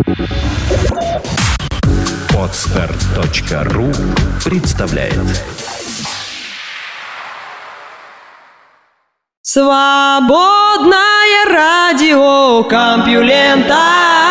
Podster.ru представляет. Свободное радио Компьюлента.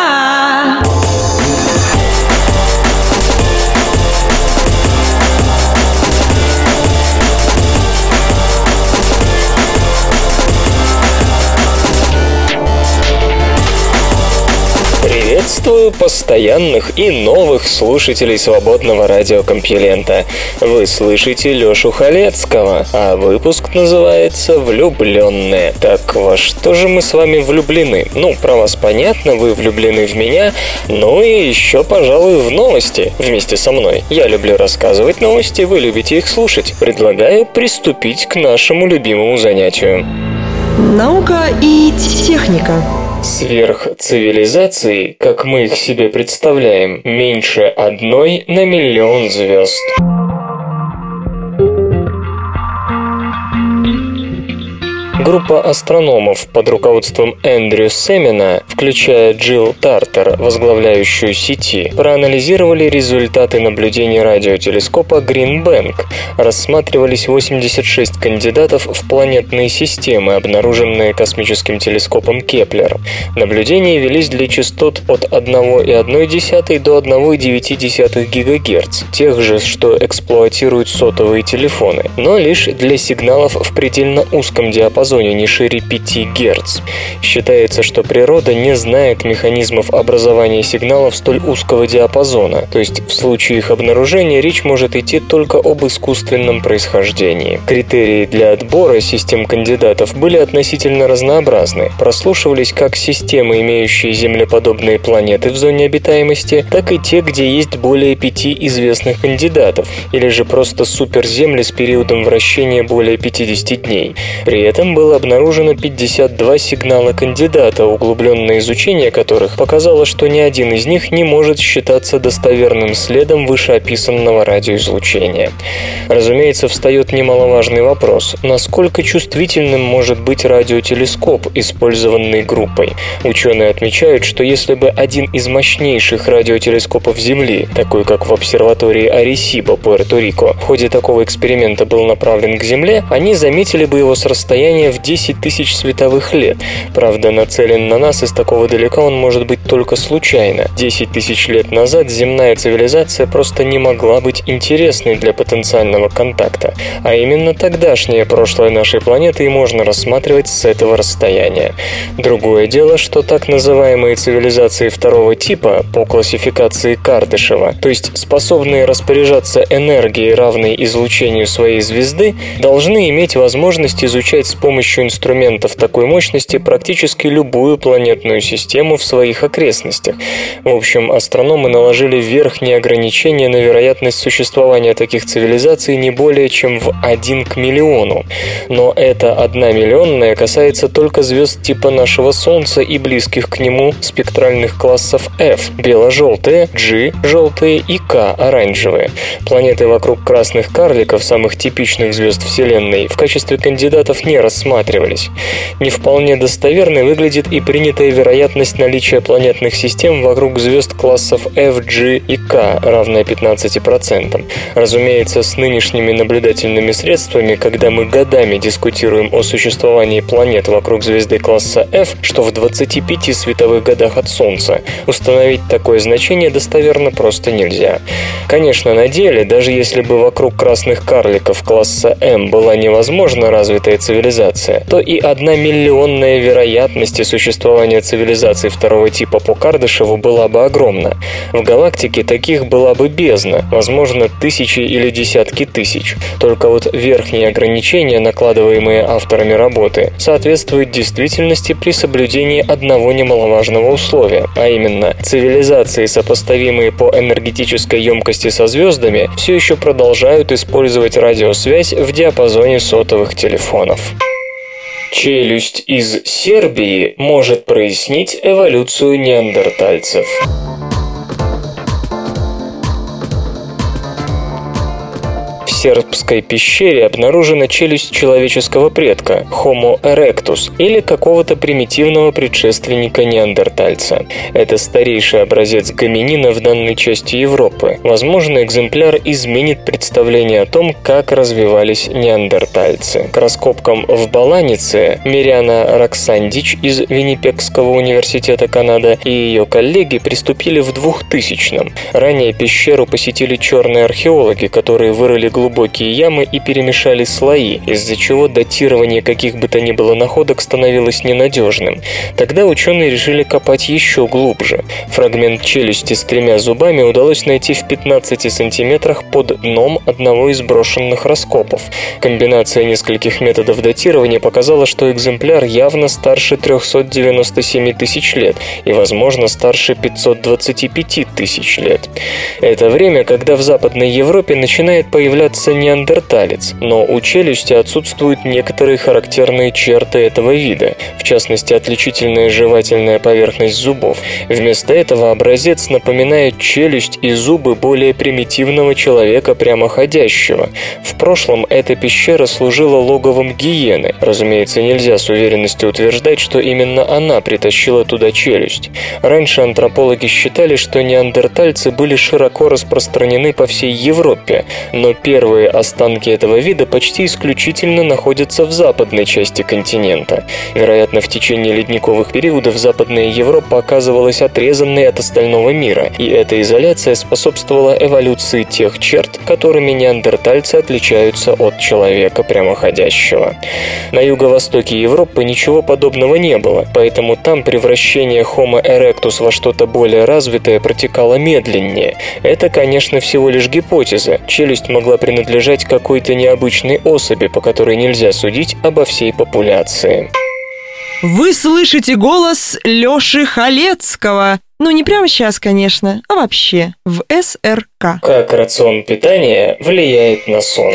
Приветствую постоянных и новых слушателей свободного радиокомпьюлента. Вы слышите Лёшу Халецкого, а выпуск называется «Влюблённые». Так во что же мы с вами влюблены? Ну, про вас понятно, вы влюблены в меня, ну и еще, пожалуй, в новости вместе со мной. Я люблю рассказывать новости, вы любите их слушать. Предлагаю приступить к нашему любимому занятию. Наука и техника. Сверхцивилизаций, как мы их себе представляем, меньше 1 на миллион звезд. Группа астрономов под руководством Эндрю Семена, включая Джилл Тартер, возглавляющую сети, проанализировали результаты наблюдений радиотелескопа Грин-Бэнк. Рассматривались 86 кандидатов в планетные системы, обнаруженные космическим телескопом Кеплер. Наблюдения велись для частот от 1,1 до 1,9 ГГц, тех же, что эксплуатируют сотовые телефоны, но лишь для сигналов в предельно узком диапазоне, не шире 5 Гц. Считается, что природа не знает механизмов образования сигналов столь узкого диапазона, то есть в случае их обнаружения речь может идти только об искусственном происхождении. Критерии для отбора систем кандидатов были относительно разнообразны. Прослушивались как системы, имеющие землеподобные планеты в зоне обитаемости, так и те, где есть более 5 известных кандидатов, или же просто суперземли с периодом вращения более 50 дней. При этом было обнаружено 52 сигнала кандидата, углубленное изучение которых показало, что ни один из них не может считаться достоверным следом вышеописанного радиоизлучения. Разумеется, встает немаловажный вопрос: насколько чувствительным может быть радиотелескоп, использованный группой? Ученые отмечают, что если бы один из мощнейших радиотелескопов Земли, такой как в обсерватории Аресибо, Пуэрто-Рико, в ходе такого эксперимента был направлен к Земле, они заметили бы его с расстояния в 10 тысяч световых лет. Правда, нацелен на нас из такого далека он может быть только случайно. 10 тысяч лет назад земная цивилизация просто не могла быть интересной для потенциального контакта. А именно тогдашнее прошлое нашей планеты и можно рассматривать с этого расстояния. Другое дело, что так называемые цивилизации второго типа по классификации Кардашева, то есть способные распоряжаться энергией, равной излучению своей звезды, должны иметь возможность изучать с помощью инструментов такой мощности практически любую планетную систему в своих окрестностях. В общем, астрономы наложили верхние ограничения на вероятность существования таких цивилизаций не более чем в 1 к миллиону. Но эта 1 миллионная касается только звезд типа нашего Солнца и близких к нему спектральных классов F – бело-желтые, G – желтые и K – оранжевые. Планеты вокруг красных карликов, самых типичных звезд Вселенной, в качестве кандидатов не рассматривались. Не вполне достоверной выглядит и принятая вероятность наличия планетных систем вокруг звезд классов F, G и K, равная 15%. Разумеется, с нынешними наблюдательными средствами, когда мы годами дискутируем о существовании планет вокруг звезды класса F, что в 25 световых годах от Солнца, установить такое значение достоверно просто нельзя. Конечно, на деле, даже если бы вокруг красных карликов класса M была невозможно развитая цивилизация, то и 1 миллионная вероятность существования цивилизаций второго типа по Кардашеву была бы огромна. В галактике таких была бы бездна, возможно, тысячи или десятки тысяч. Только вот верхние ограничения, накладываемые авторами работы, соответствуют действительности при соблюдении одного немаловажного условия, а именно, цивилизации, сопоставимые по энергетической емкости со звездами, все еще продолжают использовать радиосвязь в диапазоне сотовых телефонов. Челюсть из Сербии может прояснить эволюцию неандертальцев. В сербской пещере обнаружена челюсть человеческого предка Homo erectus или какого-то примитивного предшественника неандертальца. Это старейший образец гоминина в данной части Европы. Возможно, экземпляр изменит представление о том, как развивались неандертальцы. К раскопкам в Баланице Мириана Роксандич из Виннипегского университета Канады и ее коллеги приступили в 2000-м. Ранее пещеру посетили черные археологи, которые вырыли глубокие ямы и перемешали слои, из-за чего датирование каких бы то ни было находок становилось ненадежным. Тогда ученые решили копать еще глубже. Фрагмент челюсти с 3 зубами удалось найти в 15 сантиметрах под дном одного из брошенных раскопов. Комбинация нескольких методов датирования показала, что экземпляр явно старше 397 тысяч лет и, возможно, старше 525 тысяч лет. Это время, когда в Западной Европе начинает появляться неандерталец, но у челюсти отсутствуют некоторые характерные черты этого вида, в частности, отличительная жевательная поверхность зубов. Вместо этого образец напоминает челюсть и зубы более примитивного человека прямоходящего. В прошлом эта пещера служила логовом гиены. Разумеется, нельзя с уверенностью утверждать, что именно она притащила туда челюсть. Раньше антропологи считали, что неандертальцы были широко распространены по всей Европе, но первые останки этого вида почти исключительно находятся в западной части континента. Вероятно, в течение ледниковых периодов Западная Европа оказывалась отрезанной от остального мира, и эта изоляция способствовала эволюции тех черт, которыми неандертальцы отличаются от человека прямоходящего. На юго-востоке Европы ничего подобного не было, поэтому там превращение Homo erectus во что-то более развитое протекало медленнее. Это, конечно, всего лишь гипотеза. Челюсть могла принадлежать какой-то необычной особи, по которой нельзя судить обо всей популяции. Вы слышите голос Лёши Халецкого. Ну, не прямо сейчас, конечно, а вообще в СРК. Как рацион питания влияет на сон?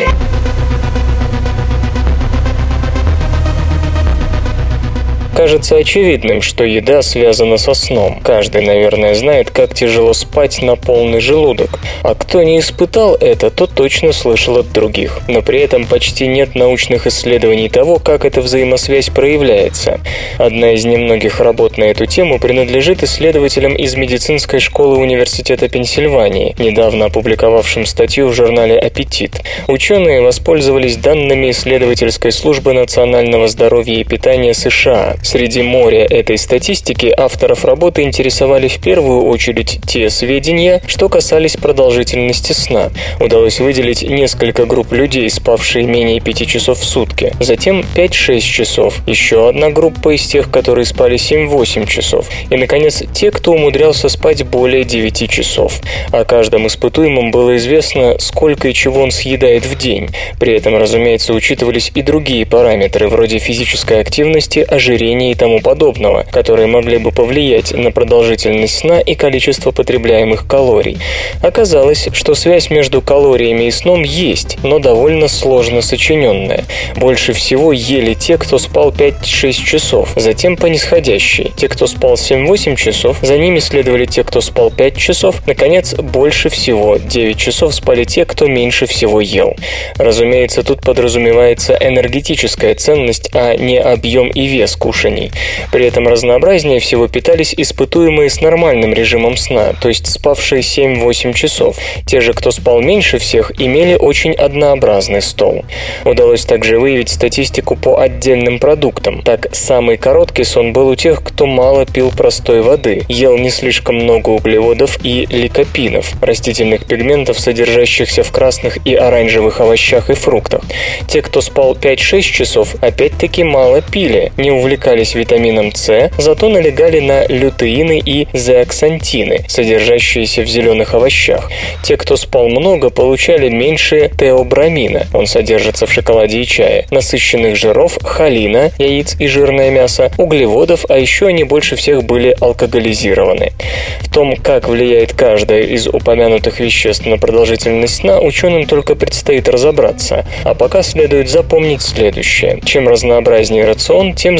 Кажется очевидным, что еда связана со сном. Каждый, наверное, знает, как тяжело спать на полный желудок. А кто не испытал это, то точно слышал от других. Но при этом почти нет научных исследований того, как эта взаимосвязь проявляется. Одна из немногих работ на эту тему принадлежит исследователям из медицинской школы Университета Пенсильвании, недавно опубликовавшим статью в журнале «Аппетит». Ученые воспользовались данными исследовательской службы национального здоровья и питания США. Среди моря этой статистики авторов работы интересовали в первую очередь те сведения, что касались продолжительности сна. Удалось выделить несколько групп людей, спавшие менее 5 часов в сутки, затем 5-6 часов, еще одна группа из тех, которые спали 7-8 часов, и, наконец, те, кто умудрялся спать более 9 часов. О каждом испытуемом было известно, сколько и чего он съедает в день. При этом, разумеется, учитывались и другие параметры, вроде физической активности, ожирения и тому подобного, которые могли бы повлиять на продолжительность сна и количество потребляемых калорий. Оказалось, что связь между калориями и сном есть, но довольно сложно сочиненная. Больше всего ели те, кто спал 5-6 часов, затем по нисходящей. Те, кто спал 7-8 часов, за ними следовали те, кто спал 5 часов, наконец, больше всего 9 часов спали те, кто меньше всего ел. Разумеется, тут подразумевается энергетическая ценность, а не объем и вес кушаний. При этом разнообразнее всего питались испытуемые с нормальным режимом сна, то есть спавшие 7-8 часов. Те же, кто спал меньше всех, имели очень однообразный стол. Удалось также выявить статистику по отдельным продуктам. Так, самый короткий сон был у тех, кто мало пил простой воды, ел не слишком много углеводов и ликопинов, растительных пигментов, содержащихся в красных и оранжевых овощах и фруктах. Те, кто спал 5-6 часов, опять-таки мало пили, не увлекались витамином С, зато налегали на лютеины и зеаксантины, содержащиеся в зеленых овощах. Те, кто спал много, получали меньше теобрамина, он содержится в шоколаде и чае, насыщенных жиров, холина, яиц и жирное мясо, углеводов, а еще они больше всех были алкоголизированы. В том, как влияет каждое из упомянутых веществ на продолжительность сна, ученым только предстоит разобраться, а пока следует запомнить следующее. Чем разнообразнее рацион, тем здоровее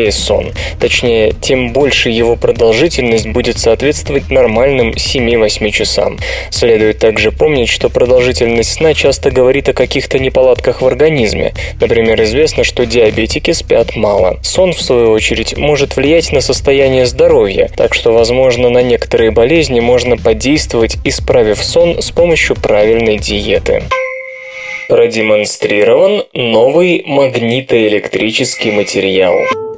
скорее сон. Точнее, тем больше его продолжительность будет соответствовать нормальным 7-8 часам. Следует также помнить, что продолжительность сна часто говорит о каких-то неполадках в организме. Например, известно, что диабетики спят мало. Сон, в свою очередь, может влиять на состояние здоровья, так что, возможно, на некоторые болезни можно подействовать, исправив сон с помощью правильной диеты. Продемонстрирован новый магнитоэлектрический материал.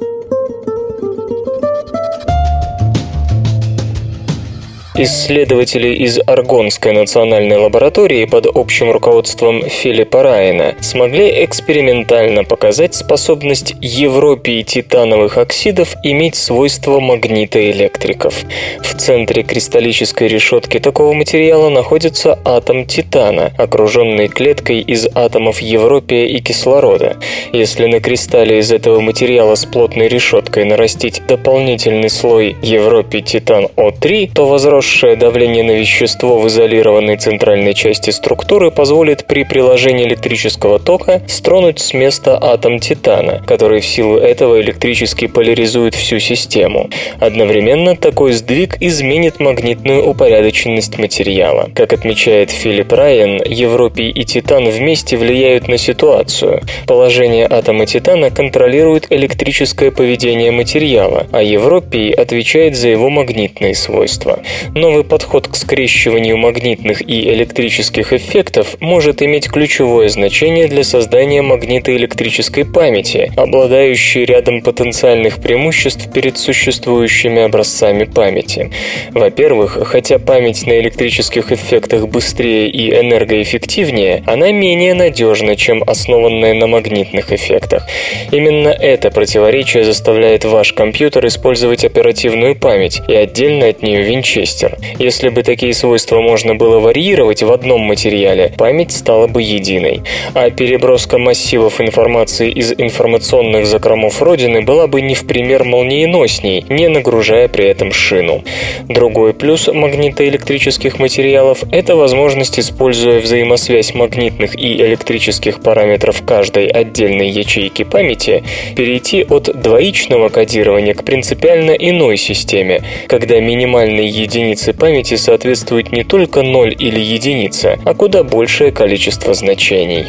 Исследователи из Аргонской национальной лаборатории под общим руководством Филиппа Райана смогли экспериментально показать способность европии титановых оксидов иметь свойства магнитоэлектриков. В центре кристаллической решетки такого материала находится атом титана, окруженный клеткой из атомов европия и кислорода. Если на кристалле из этого материала с плотной решеткой нарастить дополнительный слой европий титан О3, то возросшее давление на вещество в изолированной центральной части структуры позволит при приложении электрического тока стронуть с места атом титана, который в силу этого электрически поляризует всю систему. Одновременно такой сдвиг изменит магнитную упорядоченность материала. Как отмечает Филипп Райан, европий и титан вместе влияют на ситуацию. Положение атома титана контролирует электрическое поведение материала, а европий отвечает за его магнитные свойства. Новый подход к скрещиванию магнитных и электрических эффектов может иметь ключевое значение для создания магнитоэлектрической памяти, обладающей рядом потенциальных преимуществ перед существующими образцами памяти. Во-первых, хотя память на электрических эффектах быстрее и энергоэффективнее, она менее надежна, чем основанная на магнитных эффектах. Именно это противоречие заставляет ваш компьютер использовать оперативную память и отдельно от нее винчестер. Если бы такие свойства можно было варьировать в одном материале, память стала бы единой. А переброска массивов информации из информационных закромов Родины была бы не в пример молниеносней, не нагружая при этом шину. Другой плюс магнитоэлектрических материалов – это возможность, используя взаимосвязь магнитных и электрических параметров каждой отдельной ячейки памяти, перейти от двоичного кодирования к принципиально иной системе, когда минимальной единице памяти соответствует не только 0 или единица, а куда большее количество значений.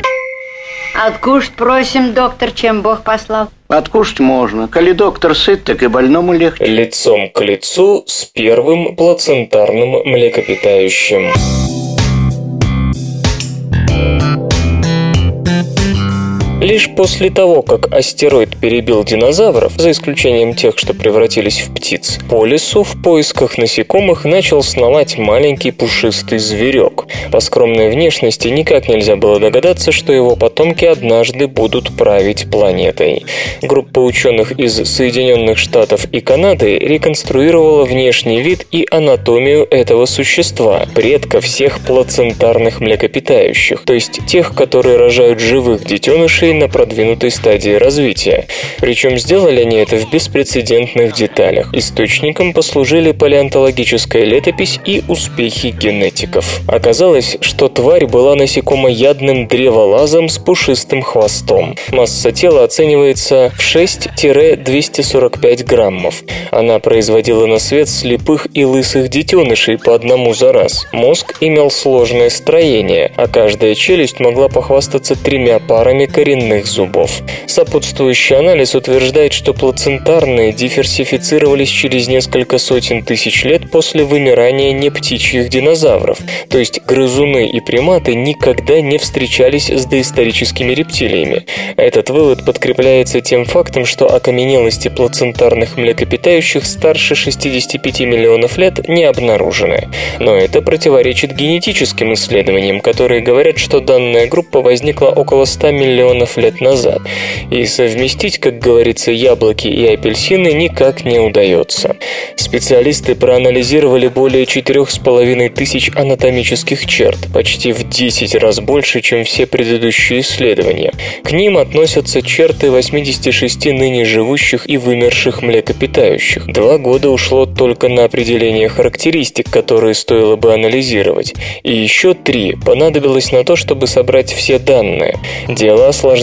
Откушать просим, доктор, чем Бог послал. Откушать можно. Коли доктор сыт, так и больному легче. Лицом к лицу с первым плацентарным млекопитающим. Лишь после того, как астероид перебил динозавров, за исключением тех, что превратились в птиц, по лесу в поисках насекомых начал сновать маленький пушистый зверек. По скромной внешности никак нельзя было догадаться, что его потомки однажды будут править планетой. Группа ученых из Соединенных Штатов и Канады реконструировала внешний вид и анатомию этого существа, предка всех плацентарных млекопитающих, то есть тех, которые рожают живых детенышей на продвинутой стадии развития. Причем сделали они это в беспрецедентных деталях. Источником послужили палеонтологическая летопись и успехи генетиков. Оказалось, что тварь была насекомоядным древолазом с пушистым хвостом. Масса тела оценивается в 6-245 граммов. Она производила на свет слепых и лысых детенышей по одному за раз. Мозг имел сложное строение, а каждая челюсть могла похвастаться 3 парами коренных зубов. Сопутствующий анализ утверждает, что плацентарные диверсифицировались через несколько сотен тысяч лет после вымирания нептичьих динозавров, то есть грызуны и приматы никогда не встречались с доисторическими рептилиями. Этот вывод подкрепляется тем фактом, что окаменелости плацентарных млекопитающих старше 65 миллионов лет не обнаружены. Но это противоречит генетическим исследованиям, которые говорят, что данная группа возникла около 100 миллионов лет назад, и совместить, как говорится, яблоки и апельсины никак не удается. Специалисты проанализировали более 4500 анатомических черт, почти в 10 раз больше, чем все предыдущие исследования. К ним относятся черты 86 ныне живущих и вымерших млекопитающих. 2 года ушло только на определение характеристик, которые стоило бы анализировать, и еще 3 понадобилось на то, чтобы собрать все данные. Дело осложнялось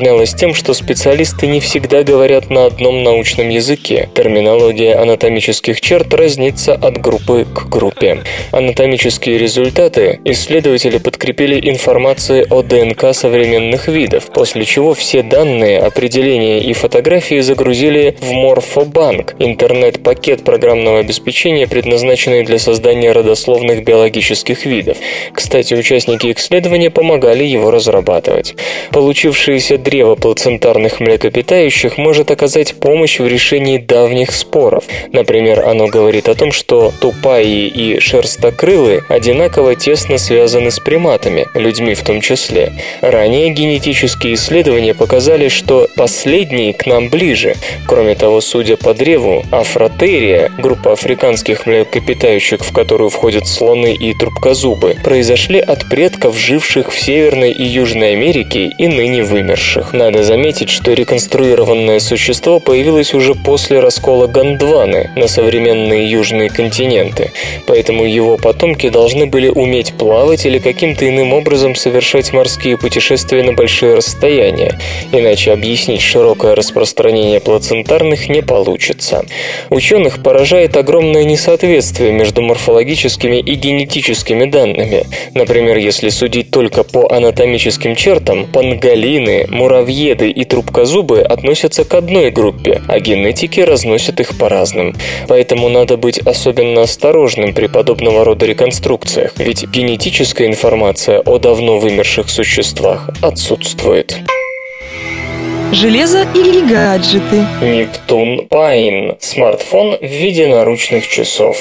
осложнялось тем, что специалисты не всегда говорят на одном научном языке. Терминология анатомических черт разнится от группы к группе. Анатомические результаты исследователи подкрепили информацией о ДНК современных видов, после чего все данные, определения и фотографии загрузили в Морфобанк, интернет-пакет программного обеспечения, предназначенный для создания родословных биологических видов. Кстати, участники исследования помогали его разрабатывать. Получившееся древо плацентарных млекопитающих может оказать помощь в решении давних споров. Например, оно говорит о том, что тупаи и шерстокрылы одинаково тесно связаны с приматами, людьми в том числе. Ранее генетические исследования показали, что последние к нам ближе. Кроме того, судя по древу, Афротерия, группа африканских млекопитающих, в которую входят слоны и трубкозубы, произошли от предков, живших в Северной и Южной Америке и ныне вымерших. Надо заметить, что реконструированное существо появилось уже после раскола Гондваны на современные южные континенты, поэтому его потомки должны были уметь плавать или каким-то иным образом совершать морские путешествия на большие расстояния, иначе объяснить широкое распространение плацентарных не получится. Ученых поражает огромное несоответствие между морфологическими и генетическими данными. Например, если судить только по анатомическим чертам, панголины, муравьеды и трубкозубы относятся к одной группе, а генетики разносят их по разным. Поэтому надо быть особенно осторожным при подобного рода реконструкциях, ведь генетическая информация о давно вымерших существах отсутствует. Железо или гаджеты? Нептун Pine – смартфон в виде наручных часов.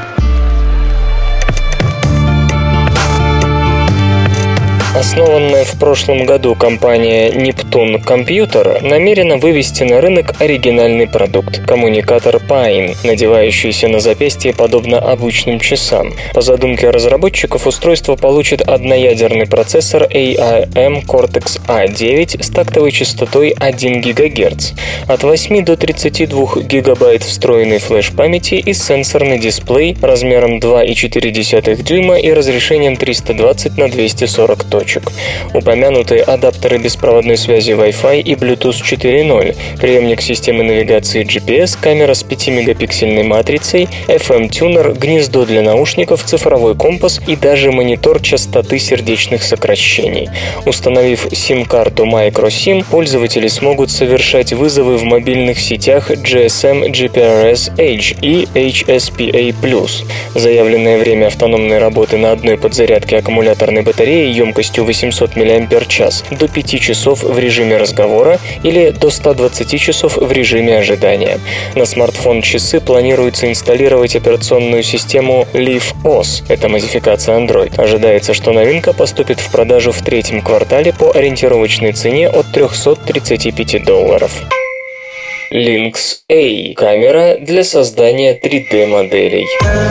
Основанная в прошлом году компания Neptune Computer намерена вывести на рынок оригинальный продукт – коммуникатор Pine, надевающийся на запястье подобно обычным часам. По задумке разработчиков, устройство получит одноядерный процессор ARM Cortex-A9 с тактовой частотой 1 ГГц, от 8 до 32 ГБ встроенной флеш-памяти и сенсорный дисплей размером 2,4 дюйма и разрешением 320 на 240 точек. Упомянутые адаптеры беспроводной связи Wi-Fi и Bluetooth 4.0, преемник системы навигации GPS, камера с 5-мегапиксельной матрицей, FM-тюнер, гнездо для наушников, цифровой компас и даже монитор частоты сердечных сокращений. Установив SIM-карту microSIM, пользователи смогут совершать вызовы в мобильных сетях GSM, GPRS Edge и HSPA+. Заявленное время автономной работы на одной подзарядке аккумуляторной батареи емкостью 800 мАч до 5 часов в режиме разговора или до 120 часов в режиме ожидания. На смартфон-часы планируется инсталлировать операционную систему LiveOS, это модификация Android. Ожидается, что новинка поступит в продажу в третьем квартале по ориентировочной цене от $335. Lynx A – камера для создания 3D-моделей.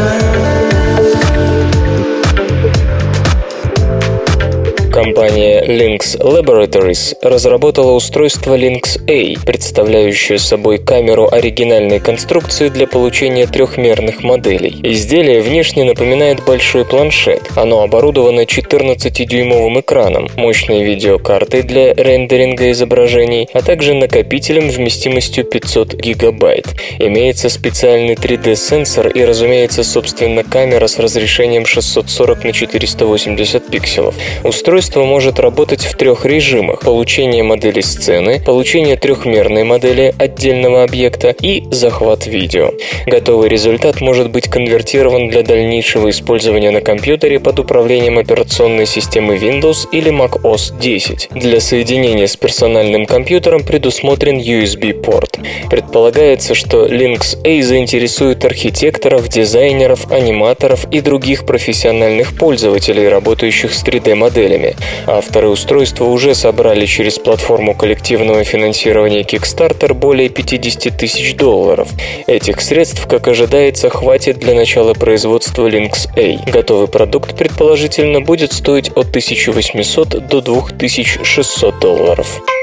Компания Lynx Laboratories разработала устройство Lynx A, представляющее собой камеру оригинальной конструкции для получения трехмерных моделей. Изделие внешне напоминает большой планшет. Оно оборудовано 14-дюймовым экраном, мощной видеокартой для рендеринга изображений, а также накопителем вместимостью 500 гигабайт. Имеется специальный 3D-сенсор и, разумеется, собственно, камера с разрешением 640 на 480 пикселов. Устройство может работать в 3 режимах: получение модели сцены, получение трехмерной модели отдельного объекта и захват видео. Готовый результат может быть конвертирован для дальнейшего использования на компьютере под управлением операционной системы Windows или macOS 10. Для соединения с персональным компьютером предусмотрен USB-порт. Предполагается, что Lynx A заинтересует архитекторов, дизайнеров, аниматоров и других профессиональных пользователей, работающих с 3D-моделями. Авторы устройства уже собрали через платформу коллективного финансирования Kickstarter более $50 тысяч. Этих средств, как ожидается, хватит для начала производства Lynx A. Готовый продукт, предположительно, будет стоить от $1800 до $2600.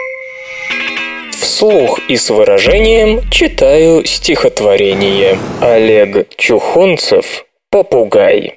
Вслух и с выражением читаю стихотворение. Олег Чухонцев «Попугай».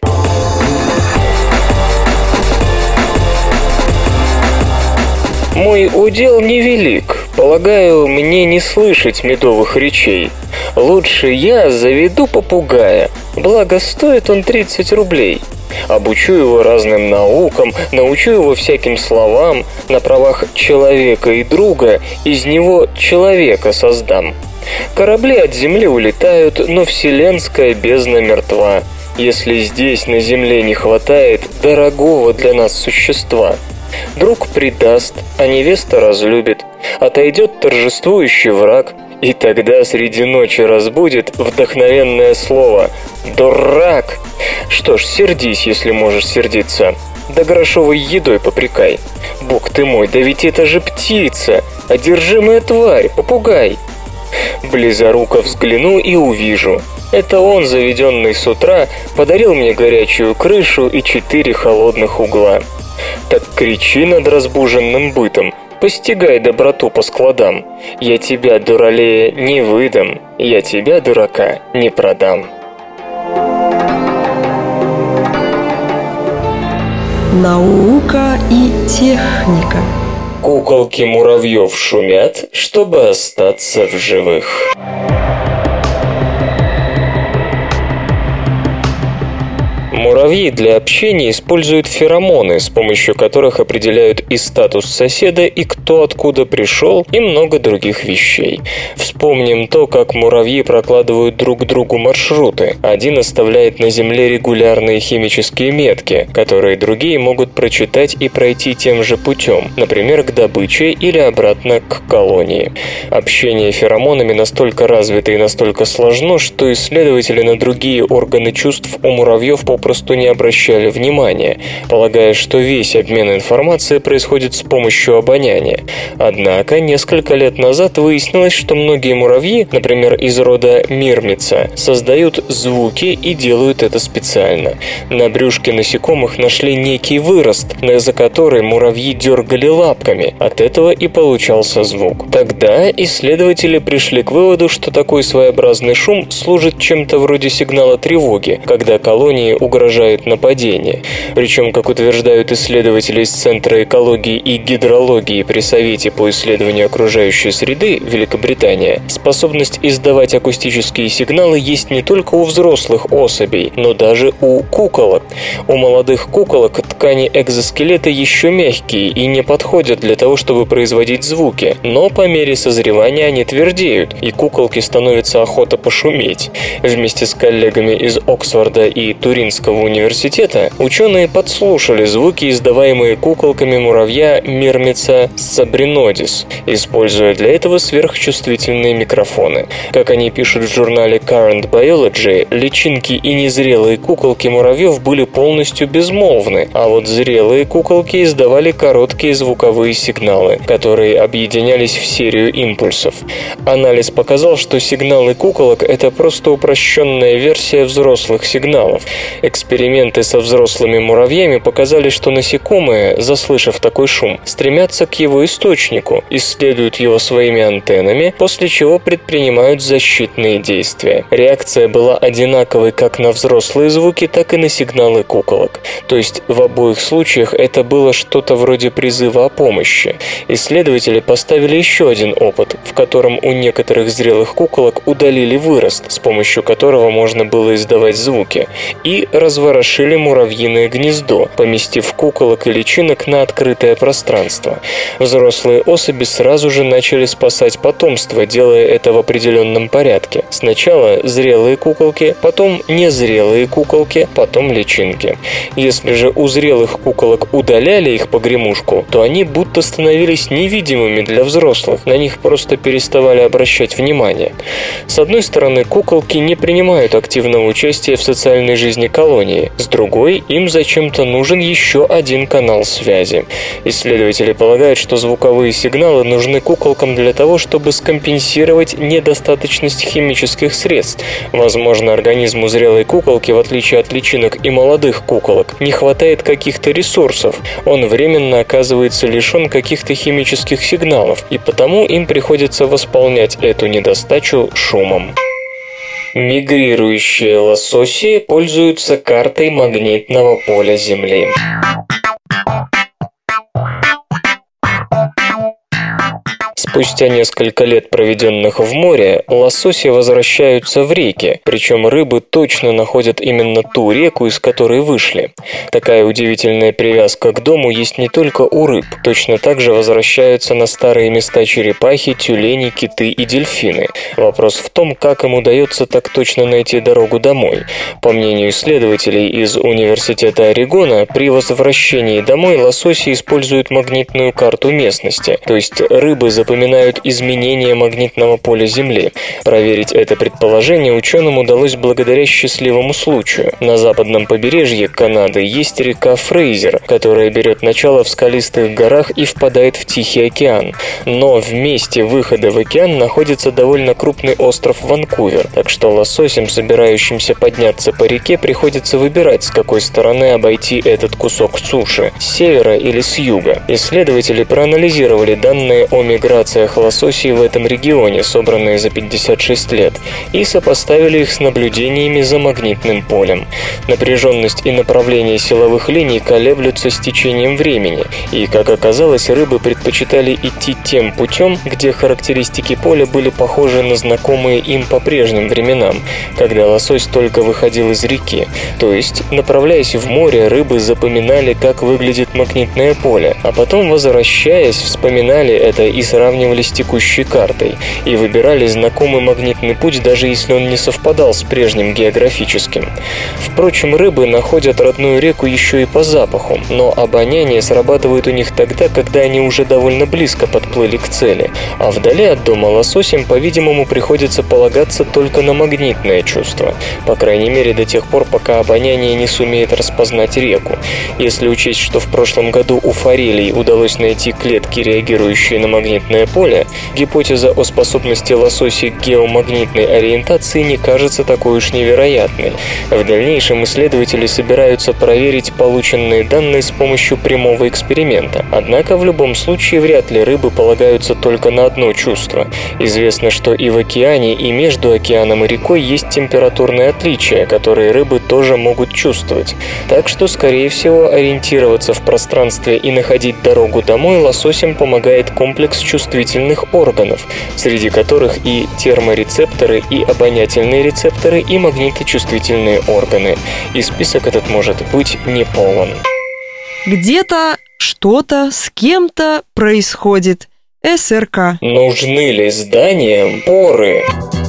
Мой удел невелик, полагаю, мне не слышать медовых речей. Лучше я заведу попугая, благо стоит он 30 рублей. Обучу его разным наукам, научу его всяким словам, на правах человека и друга из него человека создам. Корабли от земли улетают, но вселенская бездна мертва, если здесь на земле не хватает дорогого для нас существа. Друг предаст, а невеста разлюбит, отойдет торжествующий враг, и тогда среди ночи разбудит вдохновенное слово «Дурак!». Что ж, сердись, если можешь сердиться, да грошовой едой попрекай. Бог ты мой, да ведь это же птица, одержимая тварь, попугай. Близоруко взгляну и увижу. Это он, заведенный с утра, подарил мне горячую крышу и 4 холодных угла. Так кричи над разбуженным бытом, постигай доброту по складам. Я тебя, дуралея, не выдам, я тебя, дурака, не продам. Наука и техника. Куколки муравьев шумят, чтобы остаться в живых. Муравьи для общения используют феромоны, с помощью которых определяют и статус соседа, и кто откуда пришел, и много других вещей. Вспомним то, как муравьи прокладывают друг другу маршруты. Один оставляет на земле регулярные химические метки, которые другие могут прочитать и пройти тем же путем, например, к добыче или обратно к колонии. Общение феромонами настолько развито и настолько сложно, что исследователи на другие органы чувств у муравьев попросту не обращали внимания, полагая, что весь обмен информацией происходит с помощью обоняния. Однако, несколько лет назад выяснилось, что многие муравьи, например, из рода мирмица, создают звуки и делают это специально. На брюшке насекомых нашли некий вырост, за который муравьи дергали лапками. От этого и получался звук. Тогда исследователи пришли к выводу, что такой своеобразный шум служит чем-то вроде сигнала тревоги, когда колонии угрожает нападение. Причем, как утверждают исследователи из Центра экологии и гидрологии при Совете по исследованию окружающей среды Великобритания, способность издавать акустические сигналы есть не только у взрослых особей, но даже у куколок. У молодых куколок ткани экзоскелета еще мягкие и не подходят для того, чтобы производить звуки, но по мере созревания они твердеют, и куколке становится охота пошуметь. Вместе с коллегами из Оксфорда и Туринского университета ученые подслушали звуки, издаваемые куколками муравья Мирмица сабринодис, используя для этого сверхчувствительные микрофоны. Как они пишут в журнале Current Biology, личинки и незрелые куколки муравьев были полностью безмолвны, а вот зрелые куколки издавали короткие звуковые сигналы, которые объединялись в серию импульсов. Анализ показал, что сигналы куколок – это просто упрощенная версия взрослых сигналов. Эксперименты со взрослыми муравьями показали, что насекомые, заслышав такой шум, стремятся к его источнику, исследуют его своими антеннами, после чего предпринимают защитные действия. Реакция была одинаковой как на взрослые звуки, так и на сигналы куколок. То есть в обоих случаях это было что-то вроде призыва о помощи. Исследователи поставили еще один опыт, в котором у некоторых зрелых куколок удалили вырост, с помощью которого можно было издавать звуки, и разворошили муравьиное гнездо, поместив куколок и личинок на открытое пространство. Взрослые особи сразу же начали спасать потомство, делая это в определенном порядке. Сначала зрелые куколки, потом незрелые куколки, потом личинки. Если же у зрелых куколок удаляли их погремушку, то они будто становились невидимыми для взрослых, на них просто переставали обращать внимание. С одной стороны, куколки не принимают активного участия в социальной жизни колонии, с другой, им зачем-то нужен еще один канал связи. Исследователи полагают, что звуковые сигналы нужны куколкам для того, чтобы скомпенсировать недостаточность химических средств. Возможно, организму зрелой куколки, в отличие от личинок и молодых куколок, не хватает каких-то ресурсов. Он временно оказывается лишен каких-то химических сигналов, и потому им приходится восполнять эту недостачу шумом. Мигрирующие лососи пользуются картой магнитного поля Земли. Спустя несколько лет, проведенных в море, лососи возвращаются в реки, причем рыбы точно находят именно ту реку, из которой вышли. Такая удивительная привязка к дому есть не только у рыб. Точно так же возвращаются на старые места черепахи, тюлени, киты и дельфины. Вопрос в том, как им удается так точно найти дорогу домой. По мнению исследователей из Университета Орегона, при возвращении домой лососи используют магнитную карту местности, то есть рыбы запоминают изменения магнитного поля Земли. Проверить это предположение ученым удалось благодаря счастливому случаю. На западном побережье Канады есть река Фрейзер, которая берет начало в скалистых горах и впадает в Тихий океан. Но в месте выхода в океан находится довольно крупный остров Ванкувер, так что лососям, собирающимся подняться по реке, приходится выбирать, с какой стороны обойти этот кусок суши, с севера или с юга. Исследователи проанализировали данные о миграциях лососей в этом регионе, собранные за 56 лет, и сопоставили их с наблюдениями за магнитным полем. Напряженность и направление силовых линий колеблются с течением времени, и, как оказалось, рыбы предпочитали идти тем путем, где характеристики поля были похожи на знакомые им по прежним временам, когда лосось только выходил из реки. То есть, направляясь в море, рыбы запоминали, как выглядит магнитное поле, а потом, возвращаясь, вспоминали это и сравнивали с текущей картой, и выбирали знакомый магнитный путь, даже если он не совпадал с прежним географическим. Впрочем, рыбы находят родную реку еще и по запаху, но обоняние срабатывает у них тогда, когда они уже довольно близко подплыли к цели, а вдали от дома лососям, по-видимому, приходится полагаться только на магнитное чувство, по крайней мере до тех пор, пока обоняние не сумеет распознать реку. Если учесть, что в прошлом году у форелей удалось найти клетки, реагирующие на магнитное поле, гипотеза о способности лососей к геомагнитной ориентации не кажется такой уж невероятной. В дальнейшем исследователи собираются проверить полученные данные с помощью прямого эксперимента. Однако в любом случае вряд ли рыбы полагаются только на одно чувство. Известно, что и в океане, и между океаном и рекой есть температурные отличия, которые рыбы тоже могут чувствовать. Так что, скорее всего, ориентироваться в пространстве и находить дорогу домой лососям помогает комплекс чувствительных органов, среди которых и терморецепторы, и обонятельные рецепторы, и магниточувствительные органы. И список этот может быть неполон. Где-то что-то с кем-то происходит. СРК. Нужны ли зданиям поры?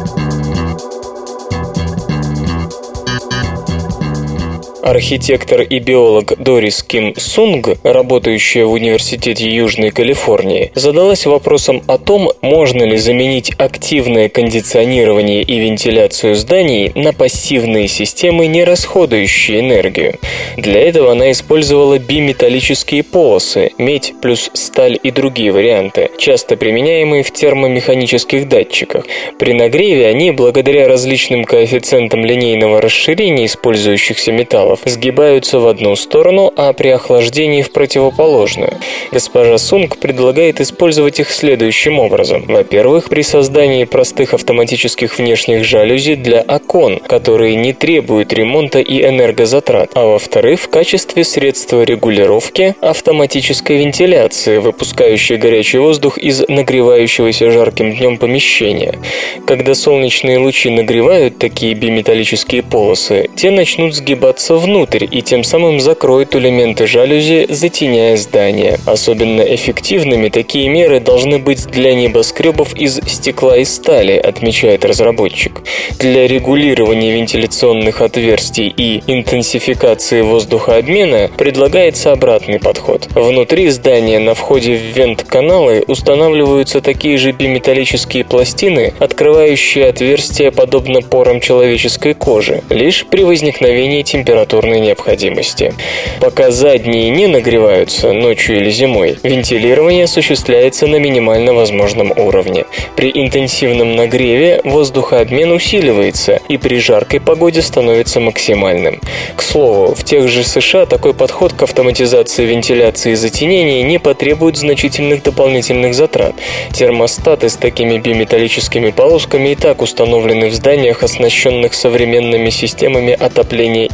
Архитектор и биолог Дорис Ким Сунг, работающая в Университете Южной Калифорнии, задалась вопросом о том, можно ли заменить активное кондиционирование и вентиляцию зданий на пассивные системы, не расходующие энергию. Для этого она использовала биметаллические полосы, медь плюс сталь и другие варианты, часто применяемые в термомеханических датчиках. При нагреве они, благодаря различным коэффициентам линейного расширения использующихся металлов, сгибаются в одну сторону, а при охлаждении в противоположную. Госпожа Сунг предлагает использовать их следующим образом. Во-первых, при создании простых автоматических внешних жалюзи для окон, которые не требуют ремонта и энергозатрат, а во-вторых, в качестве средства регулировки автоматической вентиляции, выпускающей горячий воздух из нагревающегося жарким днем помещения. Когда солнечные лучи нагревают такие биметаллические полосы, те начнут сгибаться внутрь и тем самым закроют элементы жалюзи, затеняя здание. Особенно эффективными такие меры должны быть для небоскребов из стекла и стали, отмечает разработчик. Для регулирования вентиляционных отверстий и интенсификации воздухообмена предлагается обратный подход. Внутри здания на входе в вент-каналы устанавливаются такие же биметаллические пластины, открывающие отверстия подобно порам человеческой кожи, лишь при возникновении температурной необходимости. Пока задние не нагреваются ночью или зимой, вентилирование осуществляется на минимально возможном уровне. При интенсивном нагреве воздухообмен усиливается и при жаркой погоде становится максимальным. К слову, в тех же США такой подход к автоматизации вентиляции и затенения не потребует значительных дополнительных затрат. Термостаты с такими биметаллическими полосками и так установлены в зданиях, оснащенных современными системами отопления и охлаждения.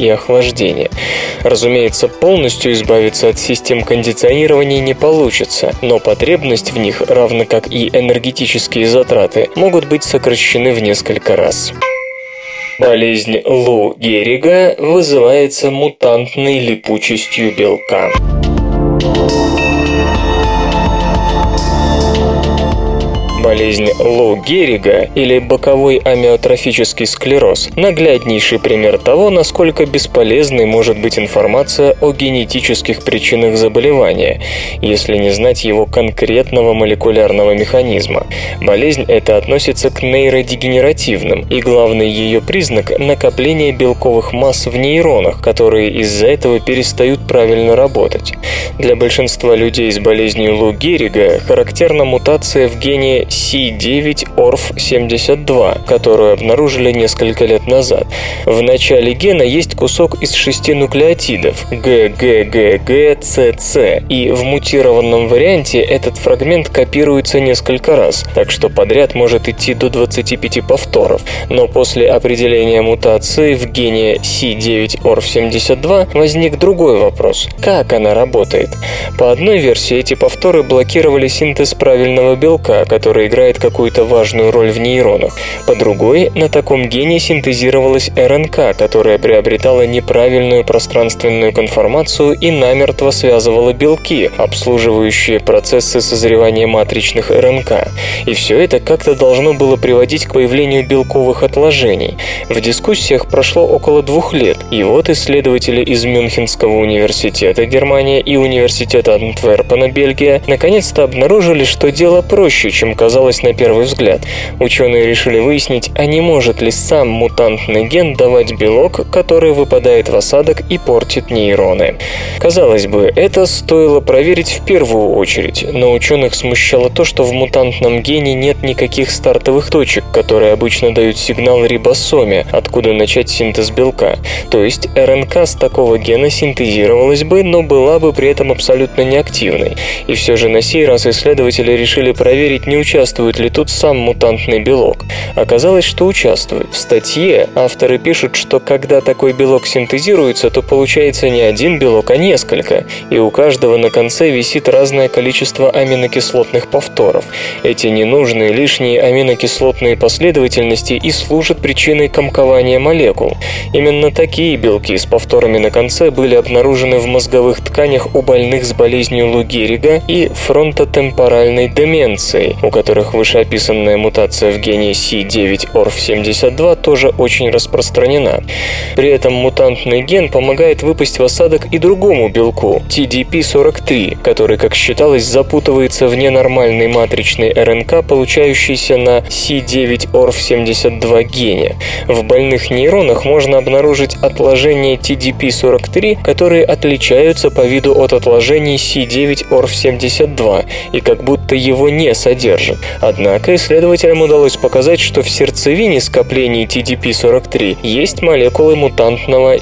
охлаждения. Разумеется, полностью избавиться от систем кондиционирования не получится, но потребность в них, равно как и энергетические затраты, могут быть сокращены в несколько раз. Болезнь Лу Гейрига вызывается мутантной липучестью белка. Болезнь Лу Гейрига или боковой амиотрофический склероз – нагляднейший пример того, насколько бесполезной может быть информация о генетических причинах заболевания, если не знать его конкретного молекулярного механизма. Болезнь эта относится к нейродегенеративным, и главный ее признак – накопление белковых масс в нейронах, которые из-за этого перестают правильно работать. Для большинства людей с болезнью Лу Гейрига характерна мутация в гене C9ORF72, которую обнаружили несколько лет назад. В начале гена есть кусок из 6 нуклеотидов GGGGCC, и в мутированном варианте этот фрагмент копируется несколько раз, так что подряд может идти до 25 повторов. Но после определения мутации в гене C9ORF72 возник другой вопрос: как она работает? По одной версии, эти повторы блокировали синтез правильного белка, который играет какую-то важную роль в нейронах. По другой, на таком гене синтезировалась РНК, которая приобретала неправильную пространственную конформацию и намертво связывала белки, обслуживающие процессы созревания матричных РНК. И все это как-то должно было приводить к появлению белковых отложений. В дискуссиях прошло около 2 лет, и вот исследователи из Мюнхенского университета, Германия, и университета Антверпена, Бельгия, наконец-то обнаружили, что дело проще, чем казалось на первый взгляд. Ученые решили выяснить, а не может ли сам мутантный ген давать белок, который выпадает в осадок и портит нейроны. Казалось бы, это стоило проверить в первую очередь, но ученых смущало то, что в мутантном гене нет никаких стартовых точек, которые обычно дают сигнал рибосоме, откуда начать синтез белка. То есть РНК с такого гена синтезировалась бы, но была бы при этом абсолютно неактивной. И все же на сей раз исследователи решили проверить, не участвует ли тут сам мутантный белок. Оказалось, что участвует. В статье авторы пишут, что когда такой белок синтезируется, то получается не один белок, а несколько, и у каждого на конце висит разное количество аминокислотных повторов. Эти ненужные лишние аминокислотные последовательности и служат причиной комкования молекул. Именно такие белки с повторами на конце были обнаружены в мозговых тканях у больных с болезнью Лу Гейрига и фронтотемпоральной деменцией, у которых вышеописанная мутация в гене C9ORF72 тоже очень распространена. При этом мутантный ген помогает выпасть в осадок и другому белку TDP43, который, как считалось, запутывается в ненормальной матричной РНК, получающейся на C9ORF72 гене. В больных нейронах можно обнаружить отложения TDP43, которые отличаются по виду от отложений C9ORF72 и как будто его не содержат. Однако исследователям удалось показать, что в сердцевине скоплений TDP43 есть молекулы мутантного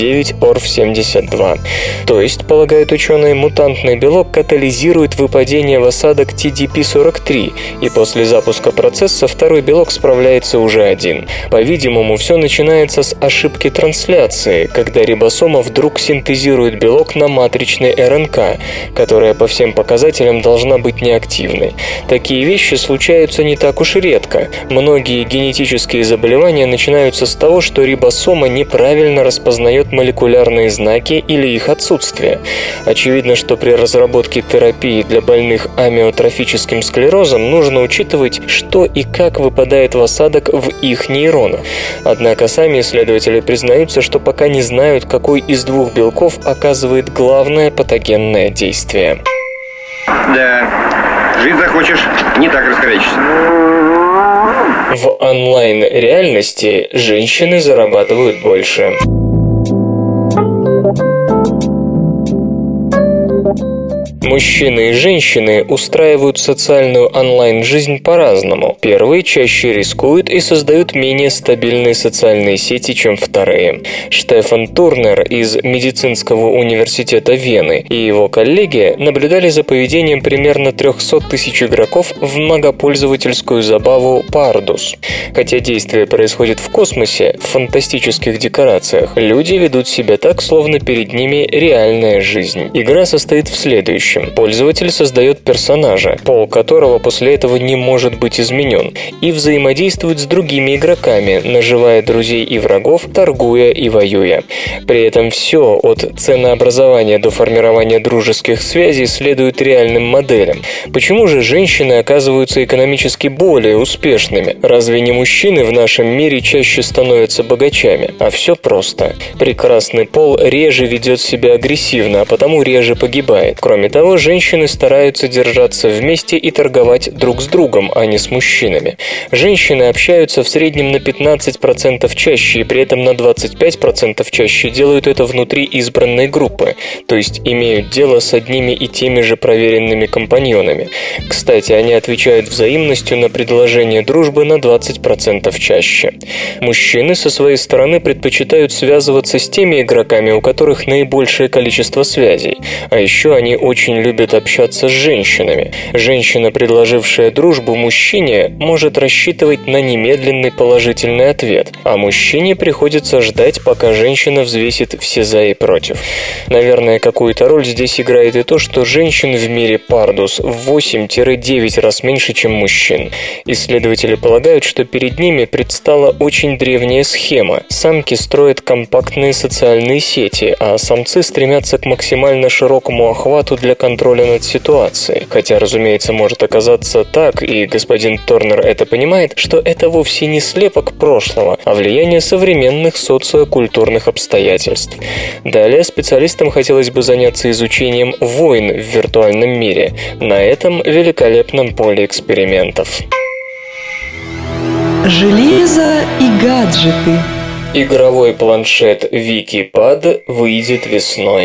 C9ORF72. То есть, полагают ученые, мутантный белок катализирует выпадение в осадок TDP43, и после запуска процесса второй белок справляется уже один. По-видимому, все начинается с ошибки трансляции, когда рибосома вдруг синтезирует белок на матричной РНК, которая по всем показателям должна быть неактивной. Такие вещи случаются не так уж и редко. Многие генетические заболевания начинаются с того, что рибосома неправильно распознает молекулярные знаки или их отсутствие. Очевидно, что при разработке терапии для больных амиотрофическим склерозом нужно учитывать, что и как выпадает в осадок в их нейронах. Однако сами исследователи признаются, что пока не знают, какой из двух белков оказывает главное патогенное действие. Да, жить захочешь, не так раскорячишься. В онлайн-реальности женщины зарабатывают больше. Мужчины и женщины устраивают социальную онлайн-жизнь по-разному. Первые чаще рискуют и создают менее стабильные социальные сети, чем вторые. Штефан Турнер из Медицинского университета Вены и его коллеги наблюдали за поведением примерно 300 тысяч игроков в многопользовательскую забаву Pardus. Хотя действие происходит в космосе, в фантастических декорациях, люди ведут себя так, словно перед ними реальная жизнь. Игра состоит в следующем. Пользователь создает персонажа, пол которого после этого не может быть изменен, и взаимодействует с другими игроками, наживая друзей и врагов, торгуя и воюя. При этом все, от ценообразования до формирования дружеских связей, следует реальным моделям. Почему же женщины оказываются экономически более успешными? Разве не мужчины в нашем мире чаще становятся богачами? А все просто. Прекрасный пол реже ведет себя агрессивно, а потому реже погибает. Кроме того, женщины стараются держаться вместе и торговать друг с другом, а не с мужчинами. Женщины общаются в среднем на 15% чаще, и при этом на 25% чаще делают это внутри избранной группы, то есть имеют дело с одними и теми же проверенными компаньонами. Кстати, они отвечают взаимностью на предложение дружбы на 20% чаще. Мужчины со своей стороны предпочитают связываться с теми игроками, у которых наибольшее количество связей, а еще они очень любят общаться с женщинами. Женщина, предложившая дружбу мужчине, может рассчитывать на немедленный положительный ответ, а мужчине приходится ждать, пока женщина взвесит все за и против. Наверное, какую-то роль здесь играет и то, что женщин в мире Pardus в 8-9 раз меньше, чем мужчин. Исследователи полагают, что перед ними предстала очень древняя схема. Самки строят компактные социальные сети, а самцы стремятся к максимально широкому охвату для контроля над ситуацией. Хотя, разумеется, может оказаться так, и господин Торнер это понимает, что это вовсе не слепок прошлого, а влияние современных социокультурных обстоятельств. Далее специалистам хотелось бы заняться изучением войн в виртуальном мире на этом великолепном поле экспериментов. Железо и гаджеты. Игровой планшет Wikipad выйдет весной.